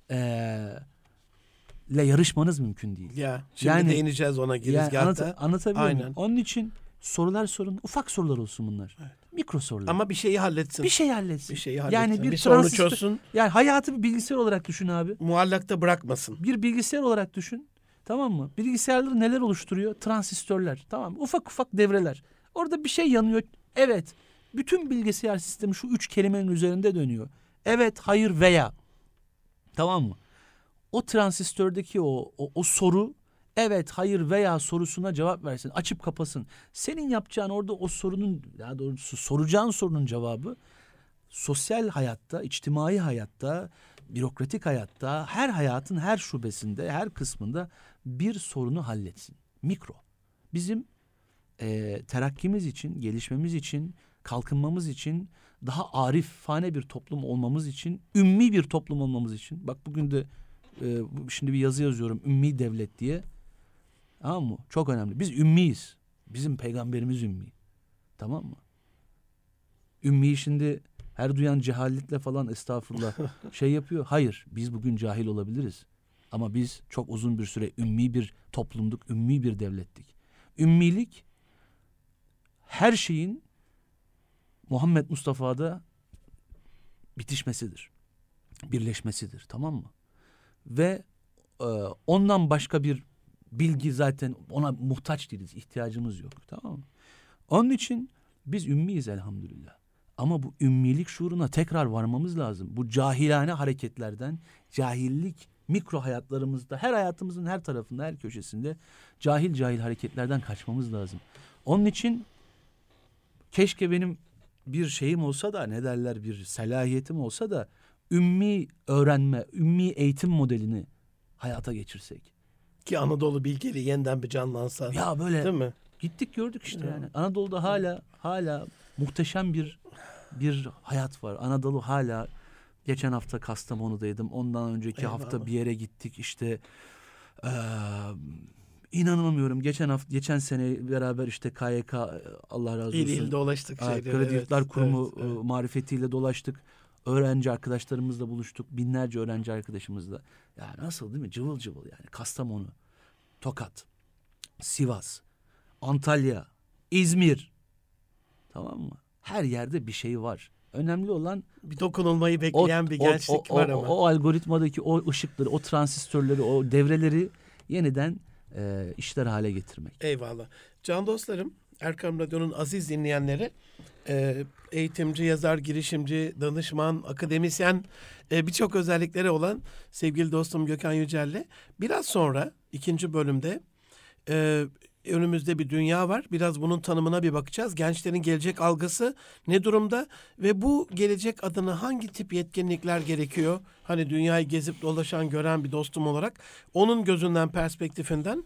ile yarışmanız mümkün değil. Ya şimdi değineceğiz ona girizgahta. Anlatabiliyor muyum? Aynen. Onun için sorular sorun. Ufak sorular olsun bunlar. Evet. Mikro sorular. Ama bir şeyi halletsin. Bir şey halletsin. Bir şeyi halletsin. Yani bir sorunu çözsün. Yani hayatı bir bilgisayar olarak düşün abi. Muallakta bırakmasın. Bir bilgisayar olarak düşün. Tamam mı? Bilgisayarları neler oluşturuyor? Transistörler. Tamam mı? Ufak ufak devreler. Orada bir şey yanıyor. Evet. Bütün bilgisayar sistemi şu 3 kelimenin üzerinde dönüyor. Evet, hayır veya. Tamam mı? O transistördeki o soru, evet, hayır veya sorusuna cevap versin. Açıp kapasın. Senin yapacağın orada o sorunun, daha doğrusu soracağın sorunun cevabı sosyal hayatta, içtimai hayatta, bürokratik hayatta, her hayatın her şubesinde, her kısmında bir sorunu halletsin. Mikro. Bizim terakkimiz için, gelişmemiz için, kalkınmamız için, daha arifane bir toplum olmamız için, ümmi bir toplum olmamız için. Bak bugün de şimdi bir yazı yazıyorum, ümmi devlet diye. Tamam mı? Çok önemli. Biz ümmiyiz. Bizim peygamberimiz ümmi. Tamam mı? Ümmiyi şimdi her duyan cehaletle falan estağfurullah şey yapıyor. Hayır, biz bugün cahil olabiliriz. Ama biz çok uzun bir süre ümmi bir toplumduk, ümmi bir devlettik. Ümmilik her şeyin Muhammed Mustafa'da bitişmesidir. Birleşmesidir. Tamam mı? Ve ondan başka bir bilgi, zaten ona muhtaç değiliz. İhtiyacımız yok. Tamam mı? Onun için biz ümmiyiz elhamdülillah. Ama bu ümmilik şuuruna tekrar varmamız lazım. Bu cahilane hareketlerden, cahillik mikro hayatlarımızda, her hayatımızın her tarafında, her köşesinde cahil hareketlerden kaçmamız lazım. Onun için keşke benim bir şeyim olsa da, ne derler, bir selahiyetim olsa da ümmi öğrenme, ümmi eğitim modelini hayata geçirsek. Ki Anadolu bilgeliği yeniden bir canlansa. Ya böyle değil mi? gittik gördük işte yani. Anadolu'da hala muhteşem bir hayat var. Anadolu hala, geçen hafta Kastamonu'daydım. Ondan önceki hafta bir yere gittik işte. İnanamıyorum. Geçen sene beraber işte KYK, Allah razı olsun. İl dolaştık. Kredi Yurtlar Kurumu marifetiyle dolaştık. Öğrenci arkadaşlarımızla buluştuk. Binlerce öğrenci arkadaşımızla. Ya nasıl değil mi? Cıvıl cıvıl yani. Kastamonu, Tokat, Sivas, Antalya, İzmir. Tamam mı? Her yerde bir şey var. Önemli olan bir dokunulmayı bekleyen bir gençlik var ama. O algoritmadaki o ışıkları, o transistörleri, o devreleri yeniden işler hale getirmek. Eyvallah. Can dostlarım, Erkam Radyo'nun aziz dinleyenleri, eğitimci, yazar, girişimci, danışman, akademisyen, birçok özellikleri olan sevgili dostum Gökhan Yücel'le biraz sonra 2. bölümde önümüzde bir dünya var. Biraz bunun tanımına bir bakacağız. Gençlerin gelecek algısı ne durumda ve bu gelecek adına hangi tip yetkinlikler gerekiyor? Hani dünyayı gezip dolaşan, gören bir dostum olarak onun gözünden, perspektifinden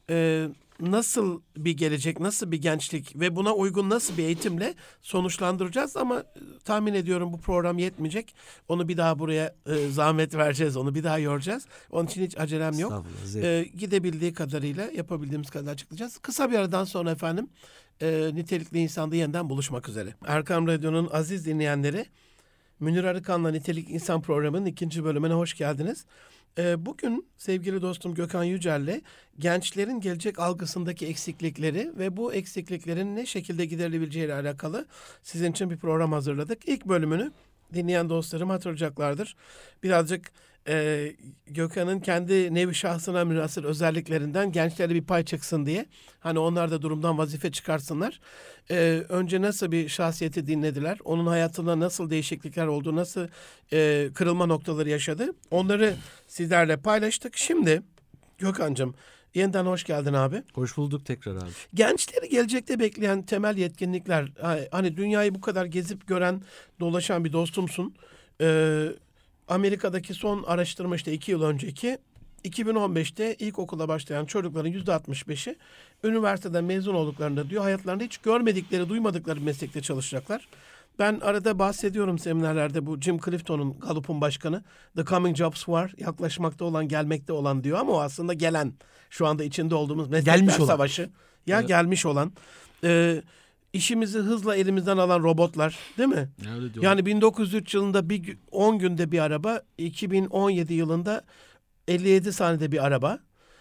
nasıl bir gelecek, nasıl bir gençlik ve buna uygun nasıl bir eğitimle sonuçlandıracağız, ama tahmin ediyorum bu program yetmeyecek. Onu bir daha buraya zahmet vereceğiz, onu bir daha yoracağız. Onun için hiç acelem yok. Gidebildiği kadarıyla, yapabildiğimiz kadar açıklayacağız. Kısa bir aradan sonra efendim Nitelikli İnsan'da yeniden buluşmak üzere. Erkam Radyo'nun aziz dinleyenleri, Münir Arıkan'la Nitelikli İnsan programının 2. bölümüne hoş geldiniz. Bugün sevgili dostum Gökhan Yücel'le gençlerin gelecek algısındaki eksiklikleri ve bu eksikliklerin ne şekilde giderilebileceğiyle alakalı sizin için bir program hazırladık. İlk bölümünü dinleyen dostlarım hatırlayacaklardır. Birazcık Gökhan'ın kendi nevi şahsına münhasır özelliklerinden gençlere bir pay çıksın diye. Hani onlar da durumdan vazife çıkarsınlar. Önce nasıl bir şahsiyeti dinlediler? Onun hayatında nasıl değişiklikler oldu? Nasıl kırılma noktaları yaşadı? Onları sizlerle paylaştık. Şimdi Gökhan'cığım, yeniden hoş geldin abi. Hoş bulduk tekrar abi. Gençleri gelecekte bekleyen temel yetkinlikler. Hani dünyayı bu kadar gezip gören, dolaşan bir dostumsun. Amerika'daki son araştırma işte 2 yıl önceki 2015'te ilkokula başlayan çocukların %65'i üniversiteden mezun olduklarında diyor hayatlarında hiç görmedikleri, duymadıkları bir meslekte çalışacaklar. Ben arada bahsediyorum seminerlerde, bu Jim Clifton'un, Gallup'un başkanı, "The coming jobs var, yaklaşmakta olan, gelmekte olan" diyor, ama o aslında gelen, şu anda içinde olduğumuz meslekler Gelmiş olan. savaşı. Ya Evet. gelmiş olan. İşimizi hızla elimizden alan robotlar, değil mi? Öyle diyor. Yani 1903 yılında 10 günde bir araba, 2017 yılında 57 saniyede bir araba.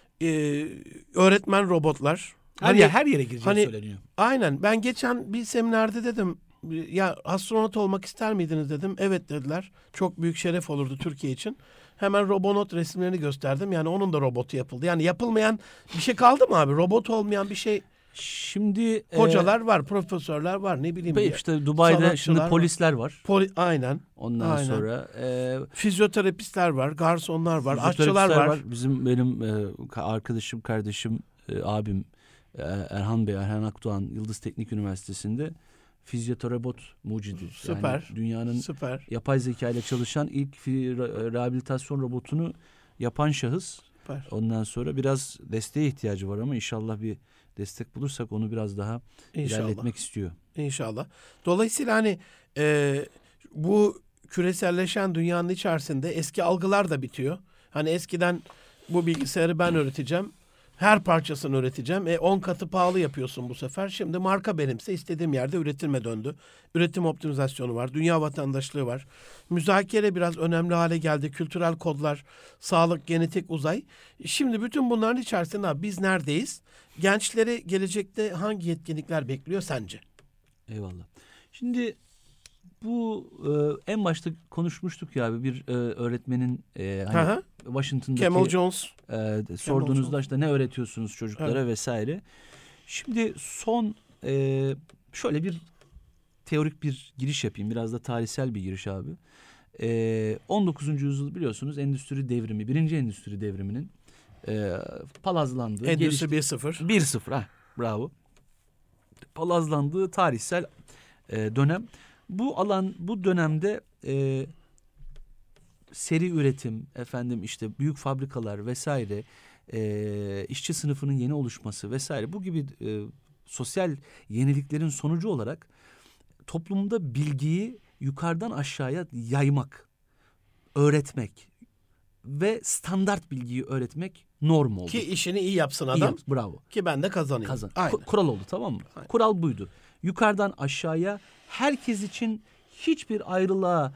Öğretmen robotlar. her yere gireceği hani- söyleniyor. Aynen. Ben geçen bir seminerde dedim, ya astronot olmak ister miydiniz dedim. Evet dediler. Çok büyük şeref olurdu Türkiye için. Hemen robonot resimlerini gösterdim. Yani onun da robotu yapıldı. Yani yapılmayan bir şey kaldı mı abi? Robot olmayan bir şey. Şimdi Hocalar var, profesörler var, ne bileyim. işte Dubai'de sanatçılar şimdi var. polisler var. Aynen. Ondan Aynen. sonra Fizyoterapistler var, garsonlar var, fizyoterapistler aşçılar var. Benim arkadaşım, kardeşim, abim Erhan Akdoğan Yıldız Teknik Üniversitesi'nde fizyoterapot mucidi. Süper. Yani dünyanın Süper. yapay zeka ile çalışan ilk rehabilitasyon robotunu yapan şahıs. Süper. Ondan sonra biraz desteğe ihtiyacı var ama inşallah bir destek bulursak onu biraz daha ilerletmek istiyor. İnşallah. Dolayısıyla hani bu küreselleşen dünyanın içerisinde eski algılar da bitiyor. Hani eskiden bu bilgisayarı ben üreteceğim, her parçasını üreteceğim. 10 katı pahalı yapıyorsun bu sefer. Şimdi marka benimse istediğim yerde üretilme döndü. Üretim optimizasyonu var, dünya vatandaşlığı var. Müzakere biraz önemli hale geldi. Kültürel kodlar, sağlık, genetik, uzay. Şimdi bütün bunların içerisinde biz neredeyiz? Gençleri gelecekte hangi yetkinlikler bekliyor sence? Eyvallah. Şimdi bu en başta konuşmuştuk ya abi, bir öğretmenin hani Washington'daki Camel Jones. sorduğunuzda işte ne öğretiyorsunuz çocuklara, Evet. vesaire. Şimdi son şöyle bir teorik bir giriş yapayım. Biraz da tarihsel bir giriş abi. 19. yüzyıl biliyorsunuz endüstri devrimi, birinci endüstri devriminin palazlandığı, Endüstri 1.0. 1.0 bravo. Palazlandığı tarihsel dönem. Bu dönemde seri üretim, işte büyük fabrikalar vesaire, işçi sınıfının yeni oluşması vesaire, bu gibi sosyal yeniliklerin sonucu olarak toplumda bilgiyi yukarıdan aşağıya yaymak, öğretmek ve standart bilgiyi öğretmek norm oldu. Ki işini iyi yapsın adam. Bravo. Ki ben de kazanayım. Aynen. Kural oldu, tamam mı? Aynen. Kural buydu. Yukarıdan aşağıya herkes için hiçbir ayrılığa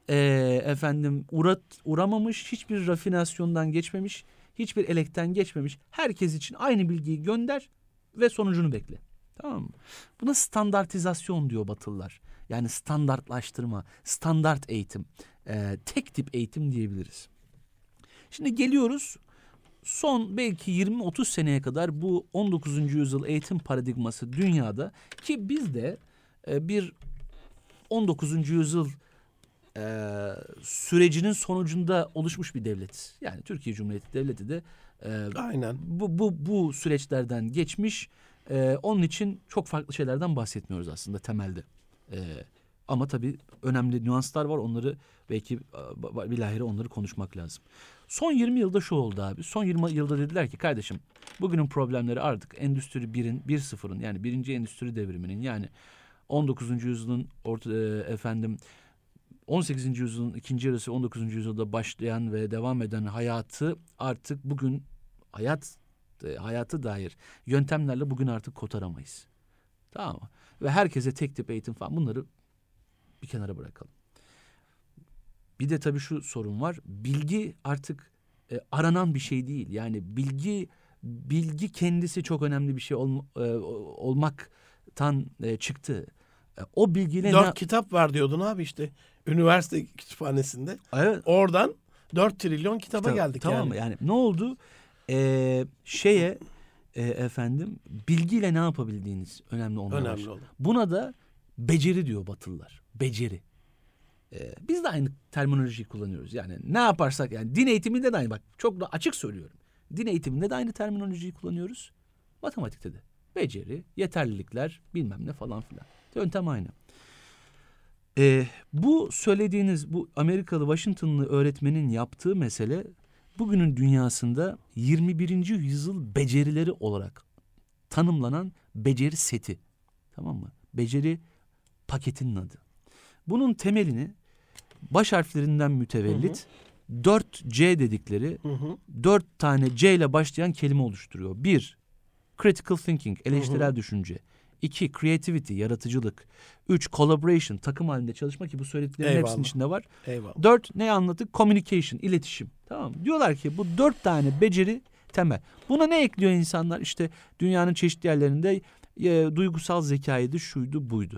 uğramamış, hiçbir rafinasyondan geçmemiş, hiçbir elekten geçmemiş. Herkes için aynı bilgiyi gönder ve sonucunu bekle. Tamam mı? Buna standartizasyon diyor Batılılar. Yani standartlaştırma, standart eğitim, tek tip eğitim diyebiliriz. Şimdi geliyoruz son belki 20-30 seneye kadar bu 19. yüzyıl eğitim paradigması dünyada, ki biz de bir 19. yüzyıl sürecinin sonucunda oluşmuş bir devletiz. Yani Türkiye Cumhuriyeti Devleti de Aynen. bu süreçlerden geçmiş. Onun için çok farklı şeylerden bahsetmiyoruz aslında temelde. Ama tabii önemli nüanslar var. Onları belki bilahare onları konuşmak lazım. Son 20 yılda şu oldu abi. Son 20 yılda dediler ki kardeşim, bugünün problemleri artık Endüstri 1.0'ın yani birinci endüstri devriminin, yani 19. yüzyılın 18. yüzyılın ikinci yarısı 19. yüzyılda başlayan ve devam eden hayatı artık bugün hayatı dair yöntemlerle bugün artık kotaramayız. Tamam mı? Ve herkese tek tip eğitim falan, bunları bir kenara bırakalım. Bir de tabii şu sorun var. Bilgi artık aranan bir şey değil. Yani bilgi kendisi çok önemli bir şey olmaktan çıktı. O bilgiyle 4 kitap var diyordun abi işte. Üniversite kütüphanesinde. Evet. Oradan 4 trilyon kitaba geldik tamam yani. mı? Yani ne oldu? Bilgiyle ne yapabildiğiniz önemli olmaya Önemli başladı. olan. Buna da beceri diyor Batılılar. Beceri. Biz de aynı terminolojiyi kullanıyoruz. Yani ne yaparsak, yani din eğitiminde de aynı, bak çok da açık söylüyorum. Din eğitiminde de aynı terminolojiyi kullanıyoruz. Matematikte de. Beceri, yeterlilikler, bilmem ne falan filan. Yöntem aynı. Bu söylediğiniz bu Amerikalı Washington'lı öğretmenin yaptığı mesele bugünün dünyasında 21. yüzyıl becerileri olarak tanımlanan beceri seti. Tamam mı? Beceri paketinin adı. Bunun temelini baş harflerinden mütevellit 4C dedikleri 4 tane C ile başlayan kelime oluşturuyor. 1. Critical thinking, eleştirel düşünce. 2. Creativity, yaratıcılık. 3. Collaboration, takım halinde çalışma, ki bu söylediklerin hepsinin içinde var. Eyvallah. 4. Ne anlattık? Communication, iletişim. Tamam mı? Diyorlar ki bu 4 tane beceri temel. Buna ne ekliyor insanlar? İşte dünyanın çeşitli yerlerinde duygusal zekaydı, şuydu, buydu.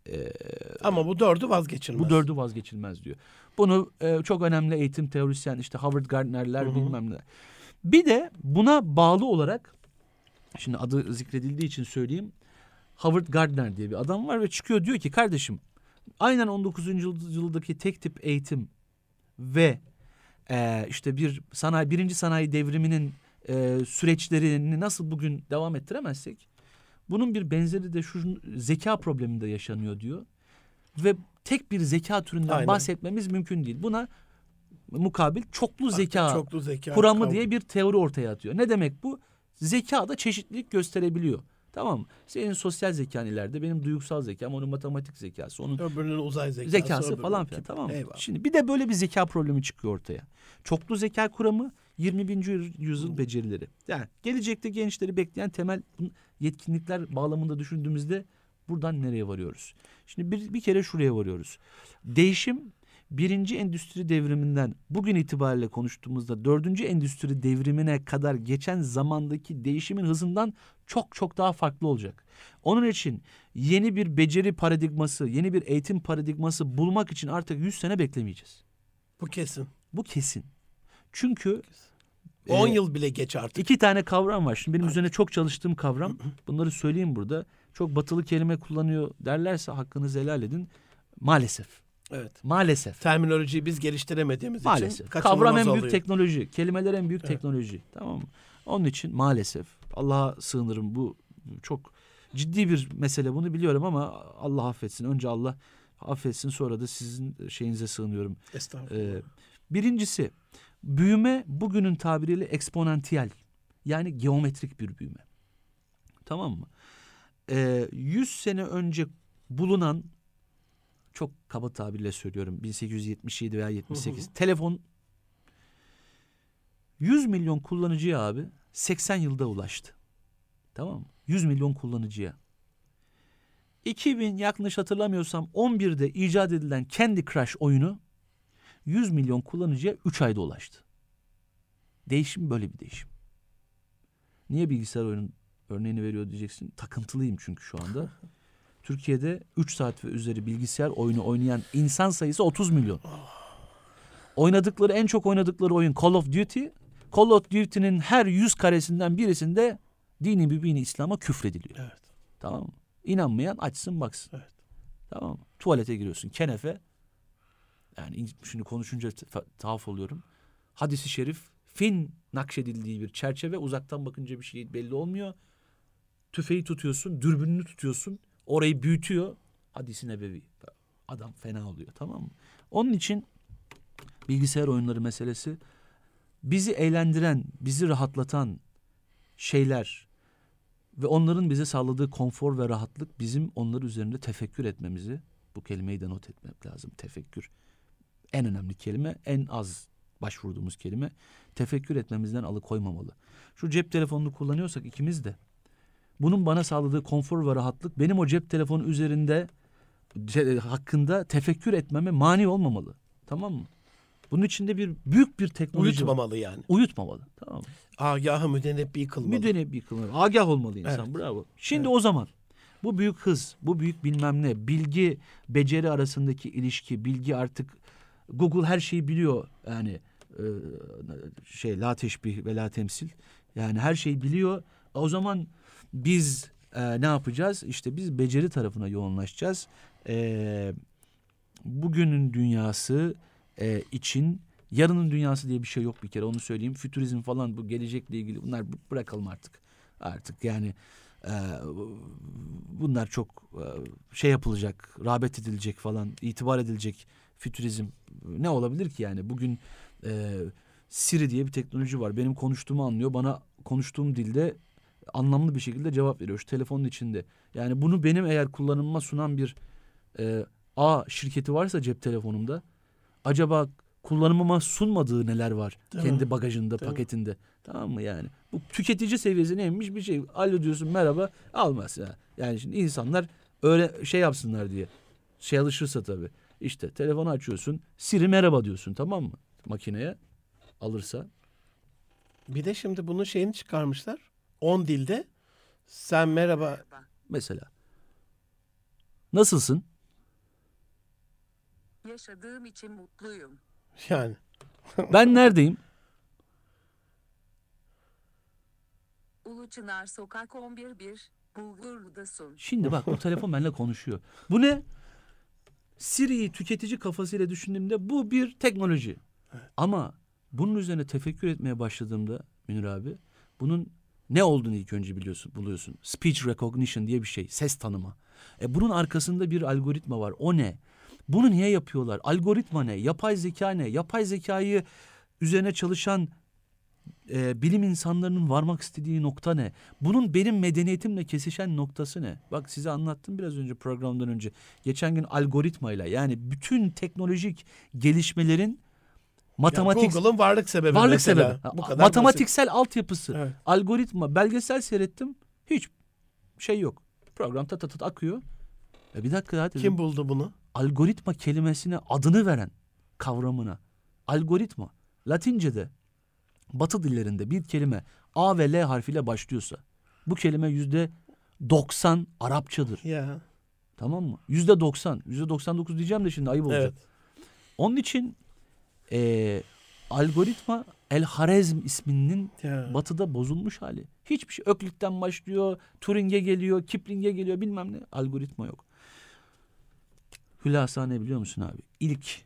Ama bu 4'ü vazgeçilmez. Bu 4'ü vazgeçilmez diyor. Bunu çok önemli eğitim teorisyen işte Howard Gardner'ler bilmem neler. Bir de buna bağlı olarak, şimdi adı zikredildiği için söyleyeyim, Howard Gardner diye bir adam var ve çıkıyor diyor ki kardeşim, aynen 19. yüzyıldaki tek tip eğitim ve işte birinci sanayi devriminin süreçlerini nasıl bugün devam ettiremezsek, bunun bir benzeri de şu zeka probleminde yaşanıyor diyor. Ve tek bir zeka türünden bahsetmemiz mümkün değil. Buna mukabil çoklu zeka kuramı kavramı diye bir teori ortaya atıyor. Ne demek bu? Zeka da çeşitlilik gösterebiliyor. Tamam mı? Senin sosyal zekan ileride, benim duygusal zekam, onun matematik zekası, onun öbürünün uzay zekası falan filan. Tamam mı? Eyvallah. Şimdi bir de böyle bir zeka problemi çıkıyor ortaya. Çoklu zeka kuramı, 21. yüzyıl becerileri. Yani gelecekte gençleri bekleyen temel yetkinlikler bağlamında düşündüğümüzde buradan nereye varıyoruz? Şimdi bir kere şuraya varıyoruz. Değişim, 1. endüstri devriminden bugün itibariyle konuştuğumuzda 4. endüstri devrimine kadar geçen zamandaki değişimin hızından çok çok daha farklı olacak. Onun için yeni bir beceri paradigması, yeni bir eğitim paradigması bulmak için artık 100 sene beklemeyeceğiz. Bu kesin. Bu kesin. Çünkü 10 yıl bile geç artık. 2 tane kavram var. Şimdi benim üzerine çok çalıştığım kavram. Bunları söyleyeyim burada. Çok batılı kelime kullanıyor derlerse hakkınızı helal edin. Maalesef. Evet. Maalesef. Terminolojiyi biz geliştiremediğimiz maalesef. için kaçınılmaz kavram en büyük oluyor. teknoloji. Kelimeler en büyük teknoloji. Tamam mı? Onun için maalesef Allah'a sığınırım. Bu çok ciddi bir mesele, bunu biliyorum ama Allah affetsin. Önce Allah affetsin, sonra da sizin şeyinize sığınıyorum. Estağfurullah. Birincisi, büyüme bugünün tabiriyle eksponansiyel. Yani geometrik bir büyüme. Tamam mı? 100 sene önce bulunan, çok kaba tabirle söylüyorum, 1877 veya 78 telefon 100 milyon kullanıcıya abi 80 yılda ulaştı. Tamam mı? 100 milyon kullanıcıya. 2000 yanlış hatırlamıyorsam 11'de icat edilen Candy Crush oyunu 100 milyon kullanıcıya 3 ayda ulaştı. Değişim böyle bir değişim. Niye bilgisayar oyunun örneğini veriyor diyeceksin. Takıntılıyım çünkü şu anda. Türkiye'de 3 saat ve üzeri bilgisayar oyunu oynayan insan sayısı 30 milyon. En çok oynadıkları oyun Call of Duty. Call of Duty'nin her 100 karesinden birisinde dini mübini İslam'a küfrediliyor. Evet. Tamam mı? İnanmayan açsın baksın. Evet. Tamam mı? Tuvalete giriyorsun, kenefe. Yani şimdi konuşunca tuhaf oluyorum. Hadis-i şerif, fin nakşedildiği bir çerçeve, uzaktan bakınca bir şey belli olmuyor. Tüfeği tutuyorsun, dürbününü tutuyorsun, orayı büyütüyor. Hadis-i nebevi. Adam fena oluyor, tamam mı? Onun için bilgisayar oyunları meselesi, bizi eğlendiren, bizi rahatlatan şeyler ve onların bize sağladığı konfor ve rahatlık, bizim onları üzerinde tefekkür etmemizi, bu kelimeyi de not etmek lazım. Tefekkür en önemli kelime, en az başvurduğumuz kelime. Tefekkür etmemizden alıkoymamalı. Şu cep telefonunu kullanıyorsak ikimiz de, bunun bana sağladığı konfor ve rahatlık benim o cep telefonu üzerinde hakkında tefekkür etmeme mani olmamalı. Tamam mı? Bunun içinde büyük bir teknoloji Uyutmamalı var. yani. Uyutmamalı. Tamam mı? Agahı müdenebbi kılmalı. Müdenebbi kılmalı. Agah olmalı insan. Evet. Bravo. Şimdi o zaman bu büyük hız, bu büyük bilmem ne, bilgi, beceri arasındaki ilişki, bilgi artık Google her şeyi biliyor. Yani la teşbih ve la temsil. Yani her şeyi biliyor. O zaman biz ne yapacağız? İşte biz beceri tarafına yoğunlaşacağız. Bugünün dünyası için yarının dünyası diye bir şey yok bir kere, onu söyleyeyim. Fütürizm falan, bu gelecekle ilgili bunlar bırakalım artık. Artık yani bunlar çok şey yapılacak, rağbet edilecek falan, itibar edilecek fütürizm ne olabilir ki yani? Bugün Siri diye bir teknoloji var. Benim konuştuğumu anlıyor. Bana konuştuğum dilde anlamlı bir şekilde cevap veriyor şu telefonun içinde. Yani bunu benim eğer kullanımıma sunan bir A şirketi varsa cep telefonumda, acaba kullanımıma sunmadığı neler var Değil kendi mi? bagajında, Değil mi? paketinde. Tamam mı yani? Bu tüketici seviyesine inmiş bir şey. Alo diyorsun, merhaba, almaz ya. Yani şimdi insanlar öyle şey yapsınlar diye. Şey alışırsa tabii. İşte telefonu açıyorsun, Siri merhaba diyorsun, tamam mı? Makineye alırsa. Bir de şimdi bunun şeyini çıkarmışlar. 10 dilde. Sen merhaba. Mesela. Nasılsın? Yaşadığım için mutluyum. Yani. Ben neredeyim? Ulu Çınar Sokak 11-1, Bulgurlu'dasın. Şimdi bak, bu telefon benimle konuşuyor. Bu ne? Siri'yi tüketici kafasıyla düşündüğümde bu bir teknoloji. Ama bunun üzerine tefekkür etmeye başladığımda Münir abi, bunun ne olduğunu ilk önce buluyorsun. Speech recognition diye bir şey. Ses tanıma. Bunun arkasında bir algoritma var. O ne? Bunu niye yapıyorlar? Algoritma ne? Yapay zeka ne? Yapay zekayı üzerine çalışan bilim insanlarının varmak istediği nokta ne? Bunun benim medeniyetimle kesişen noktası ne? Bak, size anlattım biraz önce, programdan önce. Geçen gün algoritmayla, yani bütün teknolojik gelişmelerin matematik, Google'ın varlık sebebi varlık mesela. sebebi. Bu kadar Matematiksel altyapısı. Evet. Algoritma, belgesel seyrettim. Hiç şey yok. Program tat akıyor. Bir dakika daha dedim. Kim buldu bunu? Algoritma kelimesine adını veren, kavramına. Algoritma. Latince'de, Batı dillerinde bir kelime A ve L harfiyle başlıyorsa, bu kelime %90 Arapçadır. Ya. Tamam mı? %90. %99 diyeceğim de şimdi ayıp olacak. Evet. Onun için algoritma El-Harezm isminin Ya. Batı'da bozulmuş hali. Hiçbir şey. Öklit'ten başlıyor, Turing'e geliyor, Kipling'e geliyor, bilmem ne. Algoritma yok. Hülasa ne biliyor musun abi? İlk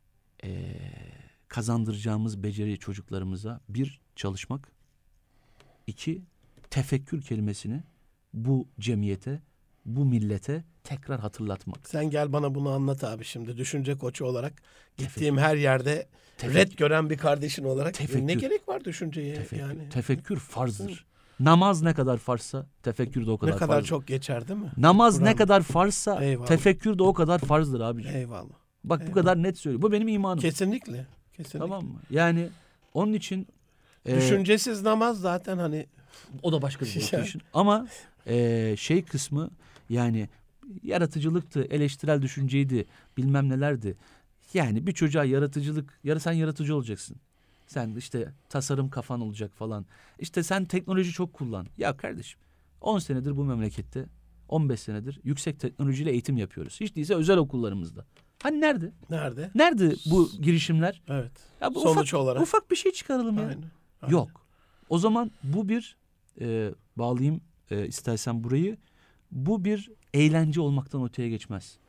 kazandıracağımız beceri çocuklarımıza: bir, çalışmak; iki, tefekkür kelimesini bu cemiyete, bu millete tekrar hatırlatmak. Sen gel bana bunu anlat abi şimdi. Düşünce koçu olarak Tefekkür. gittiğim her yerde red gören bir kardeşin olarak. Tefekkür. Ne gerek var düşünceye Tefekkür. yani? Tefekkür farzdır. Namaz ne kadar farzsa tefekkür de o kadar Ne kadar farzdır. çok geçer değil mi? Namaz Kur'an. ne kadar farzsa Eyvallah. tefekkür de o kadar farzdır abiciğim. Eyvallah. Bak, bu eyvallah. kadar net söylüyorum. Bu benim imanım. Kesinlikle. Kesinlikle. Tamam mı? Yani onun için Düşüncesiz namaz zaten hani o da başka bir boyutu Yani. işin. Ama şey kısmı, yani yaratıcılıktı, eleştirel düşünceydi, bilmem nelerdi. Yani bir çocuğa yaratıcılık, sen yaratıcı olacaksın. Sen işte tasarım kafan olacak falan. İşte sen teknoloji çok kullan. Ya kardeşim, 10 senedir bu memlekette, 15 senedir yüksek teknolojiyle eğitim yapıyoruz. Hiç değilse özel okullarımızda. Hani nerede? nerede? Nerede bu girişimler? Evet. Ya bu Sonuç olarak. ufak bir şey çıkaralım ya. Aynen. Aynen. Yok. O zaman bu bir bağlayayım istersen burayı. Bu bir eğlence olmaktan öteye geçmez.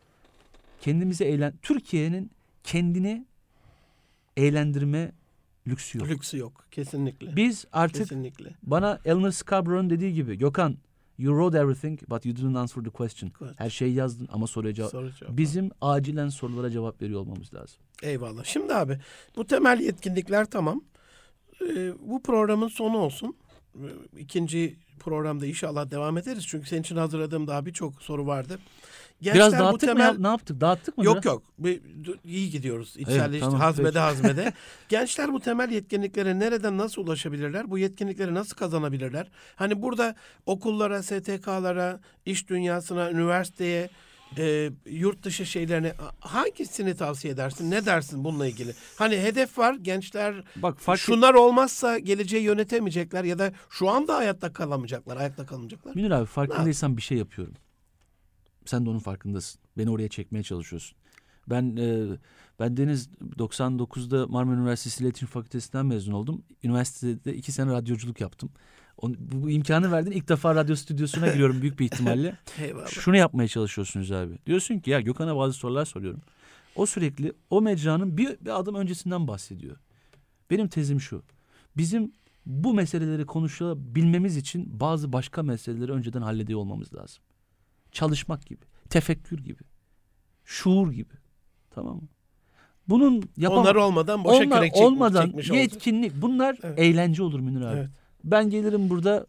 Türkiye'nin kendini eğlendirme lüksü yok. Lüksü yok. Kesinlikle. Biz artık, Kesinlikle. bana Eleanor Scarborough'un dediği gibi, Gökhan, you wrote everything but you didn't answer the question. Evet. Her şeyi yazdın ama soruya cevap. Soru cevap. Bizim acilen sorulara cevap veriyor olmamız lazım. Eyvallah. Şimdi abi bu temel yetkinlikler tamam. Bu programın sonu olsun. İkinci programda inşallah devam ederiz. Çünkü senin için hazırladığım daha birçok soru vardı. Biraz dağıttık mı ya? Ne yaptık? Dağıttık mı? Yok biraz? yok. İyi gidiyoruz. Evet, tamam, hazmede peki. hazmede. Gençler bu temel yetkinliklere nereden nasıl ulaşabilirler? Bu yetkinlikleri nasıl kazanabilirler? Hani burada okullara, STK'lara, iş dünyasına, üniversiteye, yurt dışı şeylerine hangisini tavsiye edersin? Ne dersin bununla ilgili? Hani hedef var. Gençler Bak, şunlar olmazsa geleceği yönetemeyecekler ya da şu anda ayakta kalamayacaklar. Münir abi, farkındaysan bir şey yapıyorum. Sen de onun farkındasın. Beni oraya çekmeye çalışıyorsun. Ben Deniz 99'da Marmara Üniversitesi İletişim Fakültesinden mezun oldum. Üniversitede 2 sene radyoculuk yaptım. Bu imkanı verdin. İlk defa radyo stüdyosuna giriyorum büyük bir ihtimalle. Eyvallah. Şunu yapmaya çalışıyorsunuz abi. Diyorsun ki ya, Gökhan'a bazı sorular soruyorum. O sürekli o mecranın bir adım öncesinden bahsediyor. Benim tezim şu: bizim bu meseleleri konuşabilmemiz için bazı başka meseleleri önceden hallediyor olmamız lazım. Çalışmak gibi, tefekkür gibi, şuur gibi. Tamam mı? Bunun Onlar olmadan boşa onlar kürek olmadan çekmiş olacak. yetkinlik bunlar Evet. eğlence olur Münir abi. Evet. Ben gelirim burada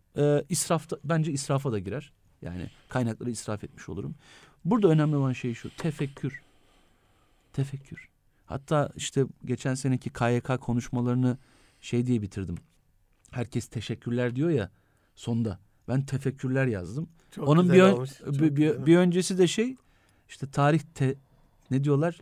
bence israfa da girer. Yani kaynakları israf etmiş olurum. Burada önemli olan şey şu: tefekkür. Tefekkür. Hatta işte geçen seneki KYK konuşmalarını diye bitirdim. Herkes teşekkürler diyor ya sonda. Ben tefekkürler yazdım. Çok Onun güzel olmuş. Çok güzel. bir öncesi de işte tarih ne diyorlar?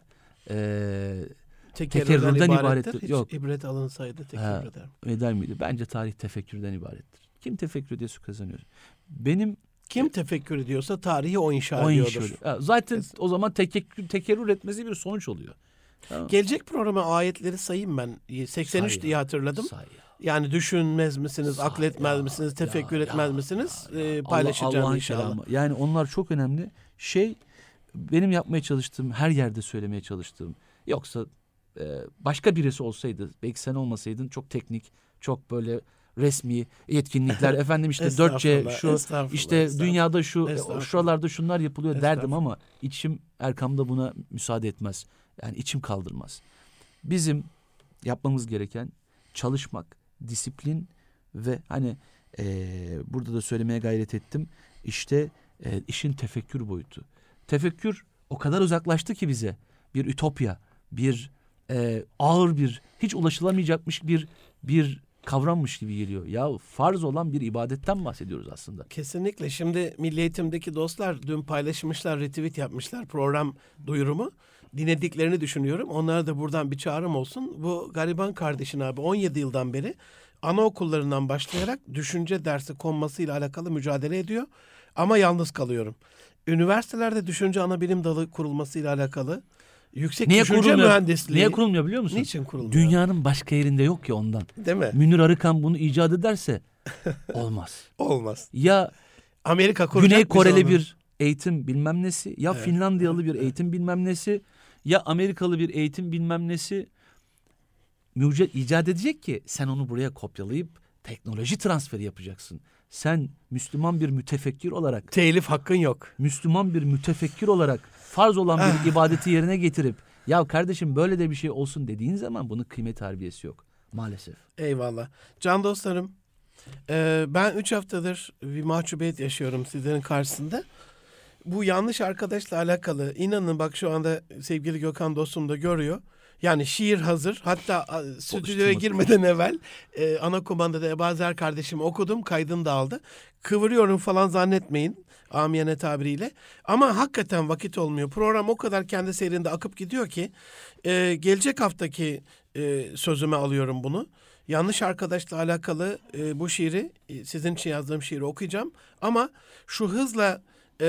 Tekerrürden ibarettir. Hiç Yok. ibret alınsaydı tekerrür ederim. Eder miydi? Bence tarih tefekkürden ibarettir. Kim tefekkür ediyorsa kazanıyor. Benim Kim tefekkür ediyorsa tarihi o inşa o ediyordur. iş öyle. Zaten o zaman tekerrür etmesi bir sonuç oluyor. Tamam. Gelecek programa ayetleri sayayım ben. 83 Say diye ya. hatırladım. Say ya. Yani düşünmez misiniz, Say akletmez ya, misiniz, tefekkür ya, etmez ya, misiniz? ya. Paylaşacağım Allah'ın inşallah. kelamı. Yani onlar çok önemli. Benim yapmaya çalıştığım, her yerde söylemeye çalıştığım. Yoksa başka birisi olsaydı, belki sen olmasaydın, çok teknik, çok böyle resmi yetkinlikler, efendim işte 4C şu, işte dünyada şu, şuralarda şunlar yapılıyor derdim ama içim, Erkam da buna müsaade etmez. Yani içim kaldırmaz. Bizim yapmamız gereken çalışmak, disiplin ve hani burada da söylemeye gayret ettim. İşte işin tefekkür boyutu. Tefekkür o kadar uzaklaştı ki bize. Bir ütopya, bir ağır bir, hiç ulaşılamayacakmış bir kavrammış gibi geliyor. Ya farz olan bir ibadetten bahsediyoruz aslında. Kesinlikle. Şimdi Milli Eğitim'deki dostlar dün paylaşmışlar, retweet yapmışlar program duyurumu. Dinlediklerini düşünüyorum. Onlara da buradan bir çağrım olsun. Bu gariban kardeşin abi 17 yıldan beri anaokullarından başlayarak düşünce dersi konmasıyla alakalı mücadele ediyor. Ama yalnız kalıyorum. Üniversitelerde düşünce ana bilim dalı kurulmasıyla alakalı yüksek düşünce mühendisliği. Niye kurulmuyor biliyor musun? Niçin kurulmuyor? Dünyanın başka yerinde yok ya ondan. Değil mi? Münir Arıkan bunu icat ederse olmaz. Olmaz. Ya Amerika kuracak. Güney Koreli bir eğitim bilmem nesi, ya Evet, Finlandiyalı bir eğitim bilmem nesi, ya Amerikalı bir eğitim bilmem nesi icat edecek ki sen onu buraya kopyalayıp teknoloji transferi yapacaksın. Sen Müslüman bir mütefekkir olarak, telif hakkın yok. Müslüman bir mütefekkir olarak farz olan bir ibadeti yerine getirip ya kardeşim böyle de bir şey olsun dediğin zaman bunun kıymet harbiyesi yok maalesef. Eyvallah. Can dostlarım, ben 3 haftadır bir mahcubiyet yaşıyorum sizlerin karşısında. Bu yanlış arkadaşla alakalı, inanın bak şu anda sevgili Gökhan dostum da görüyor. Yani şiir hazır. Hatta stüdyoya girmeden evvel ana kumandada Ebazer kardeşim okudum. Kaydını da aldı. Kıvırıyorum falan zannetmeyin. Amiyane tabiriyle. Ama hakikaten vakit olmuyor. Program o kadar kendi seyrinde akıp gidiyor ki gelecek haftaki sözüme alıyorum bunu. Yanlış arkadaşla alakalı bu şiiri, sizin için yazdığım şiiri okuyacağım. Ama şu hızla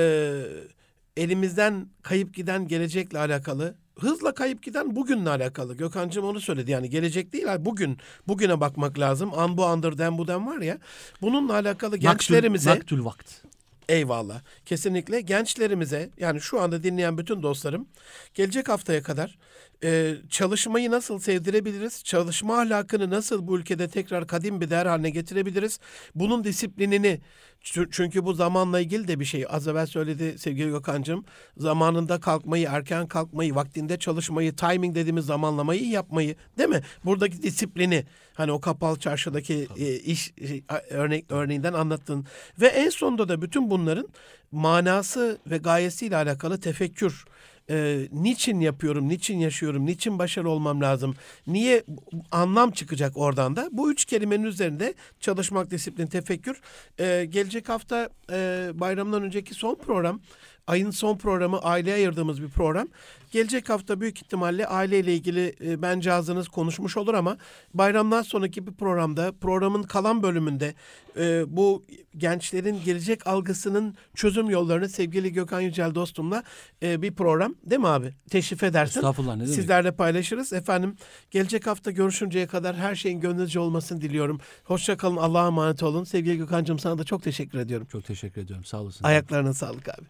elimizden kayıp giden gelecekle alakalı, hızla kayıp giden bugünle alakalı. Gökhan'cığım onu söyledi. Yani gelecek değil, bugüne bakmak lazım. An bu andır, den bu den var ya. Bununla alakalı gençlerimize... Vaktül vakt. Eyvallah. Kesinlikle gençlerimize, yani şu anda dinleyen bütün dostlarım, gelecek haftaya kadar çalışmayı nasıl sevdirebiliriz? Çalışma ahlakını nasıl bu ülkede tekrar kadim bir değer haline getirebiliriz? Bunun disiplinini, çünkü bu zamanla ilgili de bir şey. Az evvel söyledi sevgili Gökhan'cığım. Zamanında kalkmayı, erken kalkmayı, vaktinde çalışmayı, timing dediğimiz zamanlamayı yapmayı, değil mi? Buradaki disiplini, hani o kapalı çarşıdaki iş örneğinden anlattın. Ve en sonunda da bütün bunların manası ve gayesiyle alakalı tefekkür. Niçin yapıyorum, niçin yaşıyorum, niçin başarılı olmam lazım, niye anlam çıkacak oradan da. Bu 3 kelimenin üzerinde çalışmak, disiplin, tefekkür. Gelecek hafta bayramdan önceki son program, ayın son programı, aileye ayırdığımız bir program. Gelecek hafta büyük ihtimalle aileyle ilgili bence ağzınız konuşmuş olur ama bayramdan sonraki bir programda, programın kalan bölümünde bu gençlerin gelecek algısının çözüm yollarını sevgili Gökhan Yücel dostumla bir program, değil mi abi? Teşrif edersin. Estağfurullah, ne demek. Sizlerle paylaşırız. Efendim, gelecek hafta görüşünceye kadar her şeyin gönlünüzce olmasını diliyorum. Hoşça kalın, Allah'a emanet olun. Sevgili Gökhan'cığım, sana da çok teşekkür ediyorum. Çok teşekkür ediyorum. Sağ olasın. Ayaklarına sağlık abi.